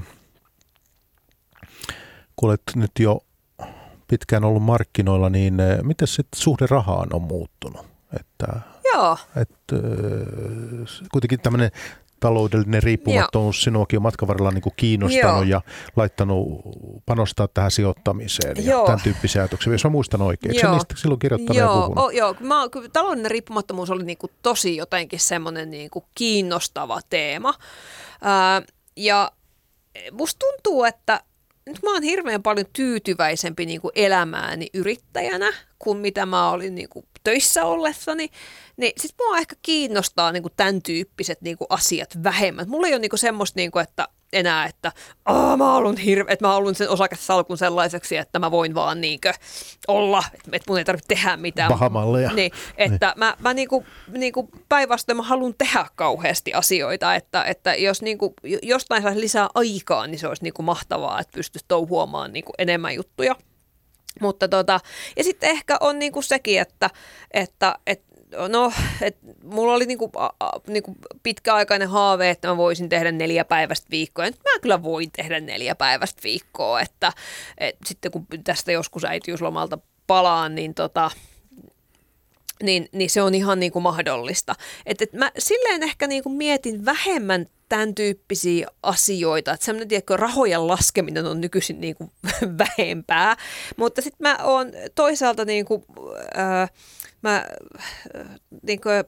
kun olet nyt jo pitkään ollut markkinoilla, niin miten sitten suhde rahaan on muuttunut? Että, Joo. Että, kuitenkin tämmöinen taloudellinen riippumattomuus sinuakin on matkan varrella niin kuin kiinnostanut Joo. ja laittanut panostaa tähän sijoittamiseen ja Joo. tämän tyyppisiä ajatuksia, jos mä muistan oikein. Eikö niistä silloin kirjoittanut Joo, ja puhunut? o, joo. Mä, taloudellinen riippumattomuus oli niin kuin tosi jotenkin semmoinen niin kuin kiinnostava teema. Ää, ja musta tuntuu, että nyt mä oon hirveän paljon tyytyväisempi niin kuin elämääni yrittäjänä kuin mitä mä olin niin kuin töissä ollessani, niin sit mua ehkä kiinnostaa niin kuin tämän tyyppiset niin kuin asiat vähemmän. Mulla ei ole niin kuin semmoista, niin kuin, että enää, että Aa, mä haluan hirve, että mä haluan sen osakesalkun sellaiseksi, että mä voin vaan niin kuin olla, että mun ei tarvitse tehdä mitään. Pahamalleja. Niin, että niin. mä, mä niin kuin, niin kuin päinvastoin mä haluan tehdä kauheasti asioita, että, että jos niin kuin, jostain saisi lisää aikaa, niin se olisi niin kuin mahtavaa, että pystyisi touhuamaan niin kuin enemmän juttuja. Mutta tota, ja sitten ehkä on niinku sekin, että, että et, no, et mulla oli niinku, a, a, niinku pitkäaikainen haave, että mä voisin tehdä neljä päivästä viikkoa. Ja nyt mä kyllä voin tehdä neljä päivästä viikkoa, että et sitten kun tästä joskus äitiyslomalta palaan, niin tota, Niin, niin se on ihan niin kuin mahdollista. Et, et mä silleen ehkä niin kuin mietin vähemmän tämän tyyppisiä asioita, että semmoinen, tiedätkö, rahojen laskeminen on nykyisin niin kuin vähempää, mutta sitten mä oon toisaalta niin kuin, äh, mä äh, niin kuin,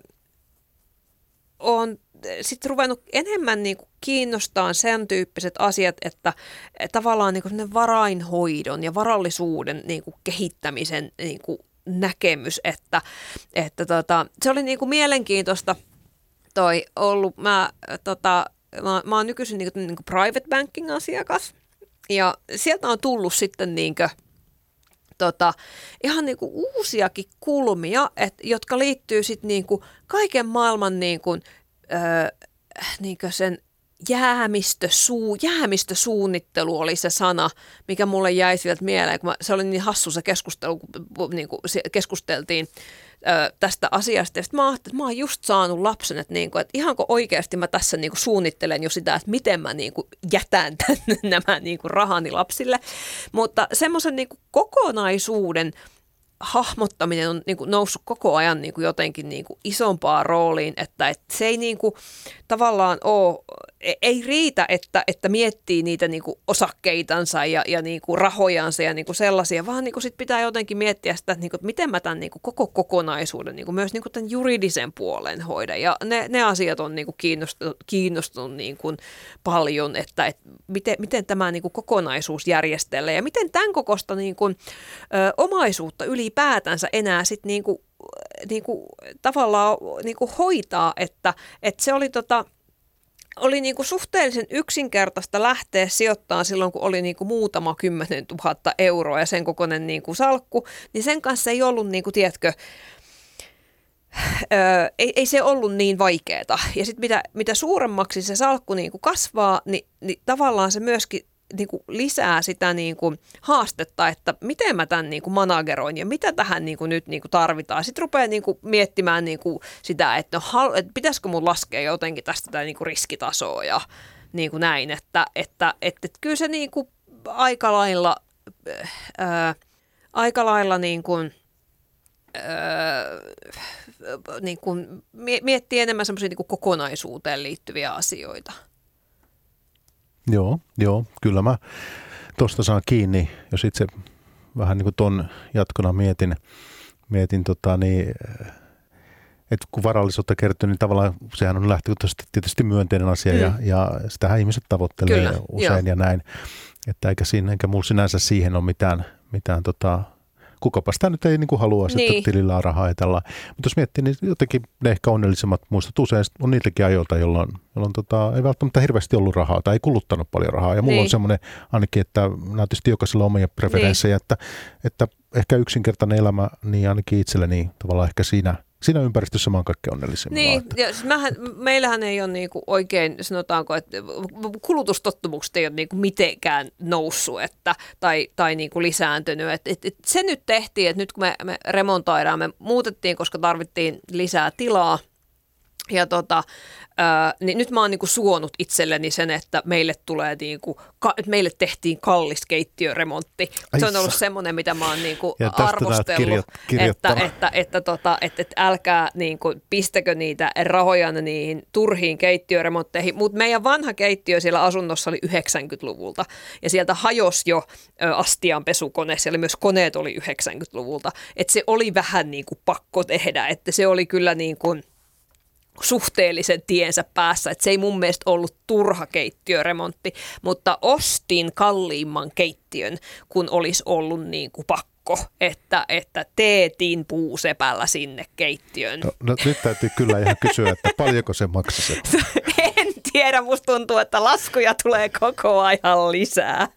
oon sitten ruvennut enemmän niin kuin kiinnostaa sen tyyppiset asiat, että tavallaan niin kuin varainhoidon ja varallisuuden niin kuin kehittämisen niin kuin näkemys, että, että tota, se oli niinku mielenkiintoista toi ollut. Mä, tota, mä, mä oon nykyisin niinku, niinku private banking asiakas ja sieltä on tullut sitten niinku, tota, ihan niinku uusiakin kulmia, et, jotka liittyy sitten niinku kaiken maailman niinku, öö, niinku sen Jäämistösuu, jäämistösuunnittelu oli se sana, mikä mulle jäi sieltä mieleen, kun mä, se oli niin hassu se keskustelu, kun niin kuin keskusteltiin ö, tästä asiasta. Ja sitten mä ajattelin, että mä oon just saanut lapsen, että, niin kuin, että ihanko oikeasti mä tässä niin kuin suunnittelen jo sitä, että miten mä niin kuin jätän tänne nämä niin kuin rahani lapsille. Mutta semmoisen niin kuin kokonaisuuden hahmottaminen on niin kuin noussut koko ajan niin kuin jotenkin niin kuin isompaan rooliin, että, että se ei niin kuin tavallaan ole, ei riitä, että, että miettii niitä niin kuin osakkeitansa ja, ja niin kuin rahojansa ja niin kuin sellaisia, vaan niin kuin sit pitää jotenkin miettiä sitä, että, niin kuin, että miten mä tämän niin kuin koko kokonaisuuden, niin kuin myös niin kuin tämän juridisen puolen hoidan. Ja ne, ne asiat on niin kuin kiinnostunut, kiinnostunut niin kuin paljon, että, että miten, miten tämä niin kuin kokonaisuus järjestelee ja miten tämän kokoista niin kuin, ö, omaisuutta ylipäätänsä enää sitten niin kuin, niin kuin, tavallaan niin kuin hoitaa, että, että se oli tota, oli niin kuin suhteellisen yksinkertaista lähteä sijoittamaan silloin, kun oli niin kuin muutama kymmenen tuhatta euroa ja sen kokoinen niin kuin salkku, niin sen kanssa ei ollut, niin kuin, tiedätkö, öö, ei, ei se ollut niin vaikeaa. Ja sitten mitä, mitä suuremmaksi se salkku niin kuin kasvaa, niin, niin tavallaan se myöskin niin kuin lisää sitä niin kuin haastetta, että miten mä tämän niin kuin manageroin ja mitä tähän niin kuin nyt niin kuin tarvitaan. Sitten rupeaa niin kuin miettimään niin kuin sitä, että, no, että pitäisikö mun laskea jotenkin tästä tai niin kuin riskitasoa ja niin kuin näin, että, että, että, että kyllä se niin kuin aika lailla, ää, aika lailla niin kuin, ää, niin kuin miettii enemmän semmoisia niin kuin kokonaisuuteen liittyviä asioita. Joo, joo, kyllä mä tuosta saan kiinni, jos itse vähän niin kuin ton jatkona mietin, mietin tota niin, että kun varallisuutta kertyy, niin tavallaan sehän on lähtökohtaisesti tietysti myönteinen asia mm. ja, ja sitähän ihmiset tavoittelee kyllä, usein joo. ja näin, että eikä siinä, eikä mulla sinänsä siihen ole mitään, mitään tota, kukapa sitä nyt ei niin kuin halua niin. sitten tilillä rahaa ja tällä. Mutta jos miettii, niin jotenkin ne ehkä onnellisemmat muistot usein on niitäkin ajoilta, jolloin, jolloin tota, ei välttämättä hirveästi ollut rahaa tai ei kuluttanut paljon rahaa. Ja mulla niin. on semmoinen ainakin, että nämä on tietysti jokaisella omia preferenssejä, niin. että, että ehkä yksinkertainen elämä, niin ainakin itselleni tavallaan ehkä siinä, siinä ympäristössä mä oon kaikkein onnellisimmilla. Niin, ja siis mähän, meillähän ei ole niinku oikein, sanotaanko, että kulutustottumukset ei ole niinku mitenkään noussut että, tai, tai niinku lisääntynyt. Et, et, et se nyt tehtiin, että nyt kun me, me remontoidaan, me muutettiin, koska tarvittiin lisää tilaa. Ja tota, Ää, niin nyt mä oon niinku suonut itselleni sen, että meille tulee niinku, ka, että meille tehtiin kallis keittiöremontti. Se on ollut semmoinen, mitä mä oon niinku arvostellut, kirjo, että, että, että, tota, että, että älkää niinku, pistäkö niitä rahoja niihin turhiin keittiöremontteihin. Mutta meidän vanha keittiö siellä asunnossa oli yhdeksänkymmentäluvulta ja sieltä hajosi jo astianpesukone. Siellä myös koneet oli yhdeksänkymmentäluvulta. Että se oli vähän niinku pakko tehdä, että se oli kyllä niinku suhteellisen tiensä päässä, että se ei mun mielestä ollut turha keittiöremontti, mutta ostin kalliimman keittiön, kun olisi ollut niin kuin pakko, että, että teetin puusepällä sinne keittiön. No, no nyt täytyy kyllä ihan kysyä, että paljonko se maksoi? En tiedä, musta tuntuu, että laskuja tulee koko ajan lisää.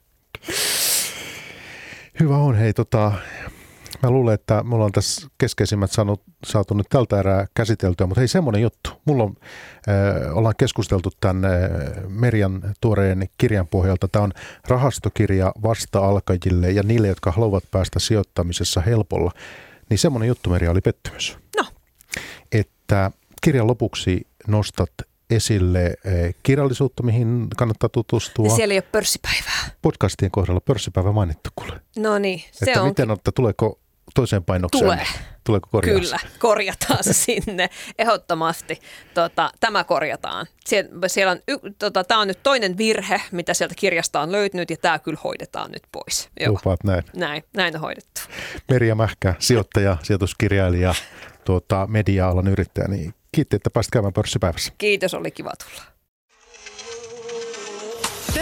Hyvä on, hei tota... Mä luulen, että mulla on tässä keskeisimmät saanut, saatu nyt tältä erää käsiteltyä, mutta hei semmoinen juttu. Mulla on, äh, ollaan keskusteltu tämän äh, Merjan tuoreen kirjan pohjalta. Tämä on rahastokirja vasta-alkajille ja niille, jotka haluavat päästä sijoittamisessa helpolla. Niin semmoinen juttu, Merja, oli pettymys. No. Että kirjan lopuksi nostat esille äh, kirjallisuutta, mihin kannattaa tutustua. Ja siellä ei ole pörssipäivää. Podcastien kohdalla pörssipäivä mainittu kuule. No niin, se että on. Miten olette, tuleeko toiseen painokseen? Tulee. Tuleeko korjaus? Kyllä, korjataan se sinne ehdottomasti. Tota, tämä korjataan. Sie- siellä on y- tota, tämä on nyt toinen virhe, mitä sieltä kirjasta on löytynyt, ja tämä kyllä hoidetaan nyt pois. Joo. Lupaat näin. Näin, näin on hoidettu. Merja Mähkä, sijoittaja, sijoituskirjailija, tuota, media-alan yrittäjä, niin kiitti, että pääsit käymään pörssipäivässä. Kiitos, oli kiva tulla.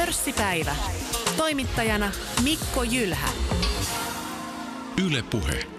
Pörssipäivä. Toimittajana Mikko Jylhä. Yle Puhe.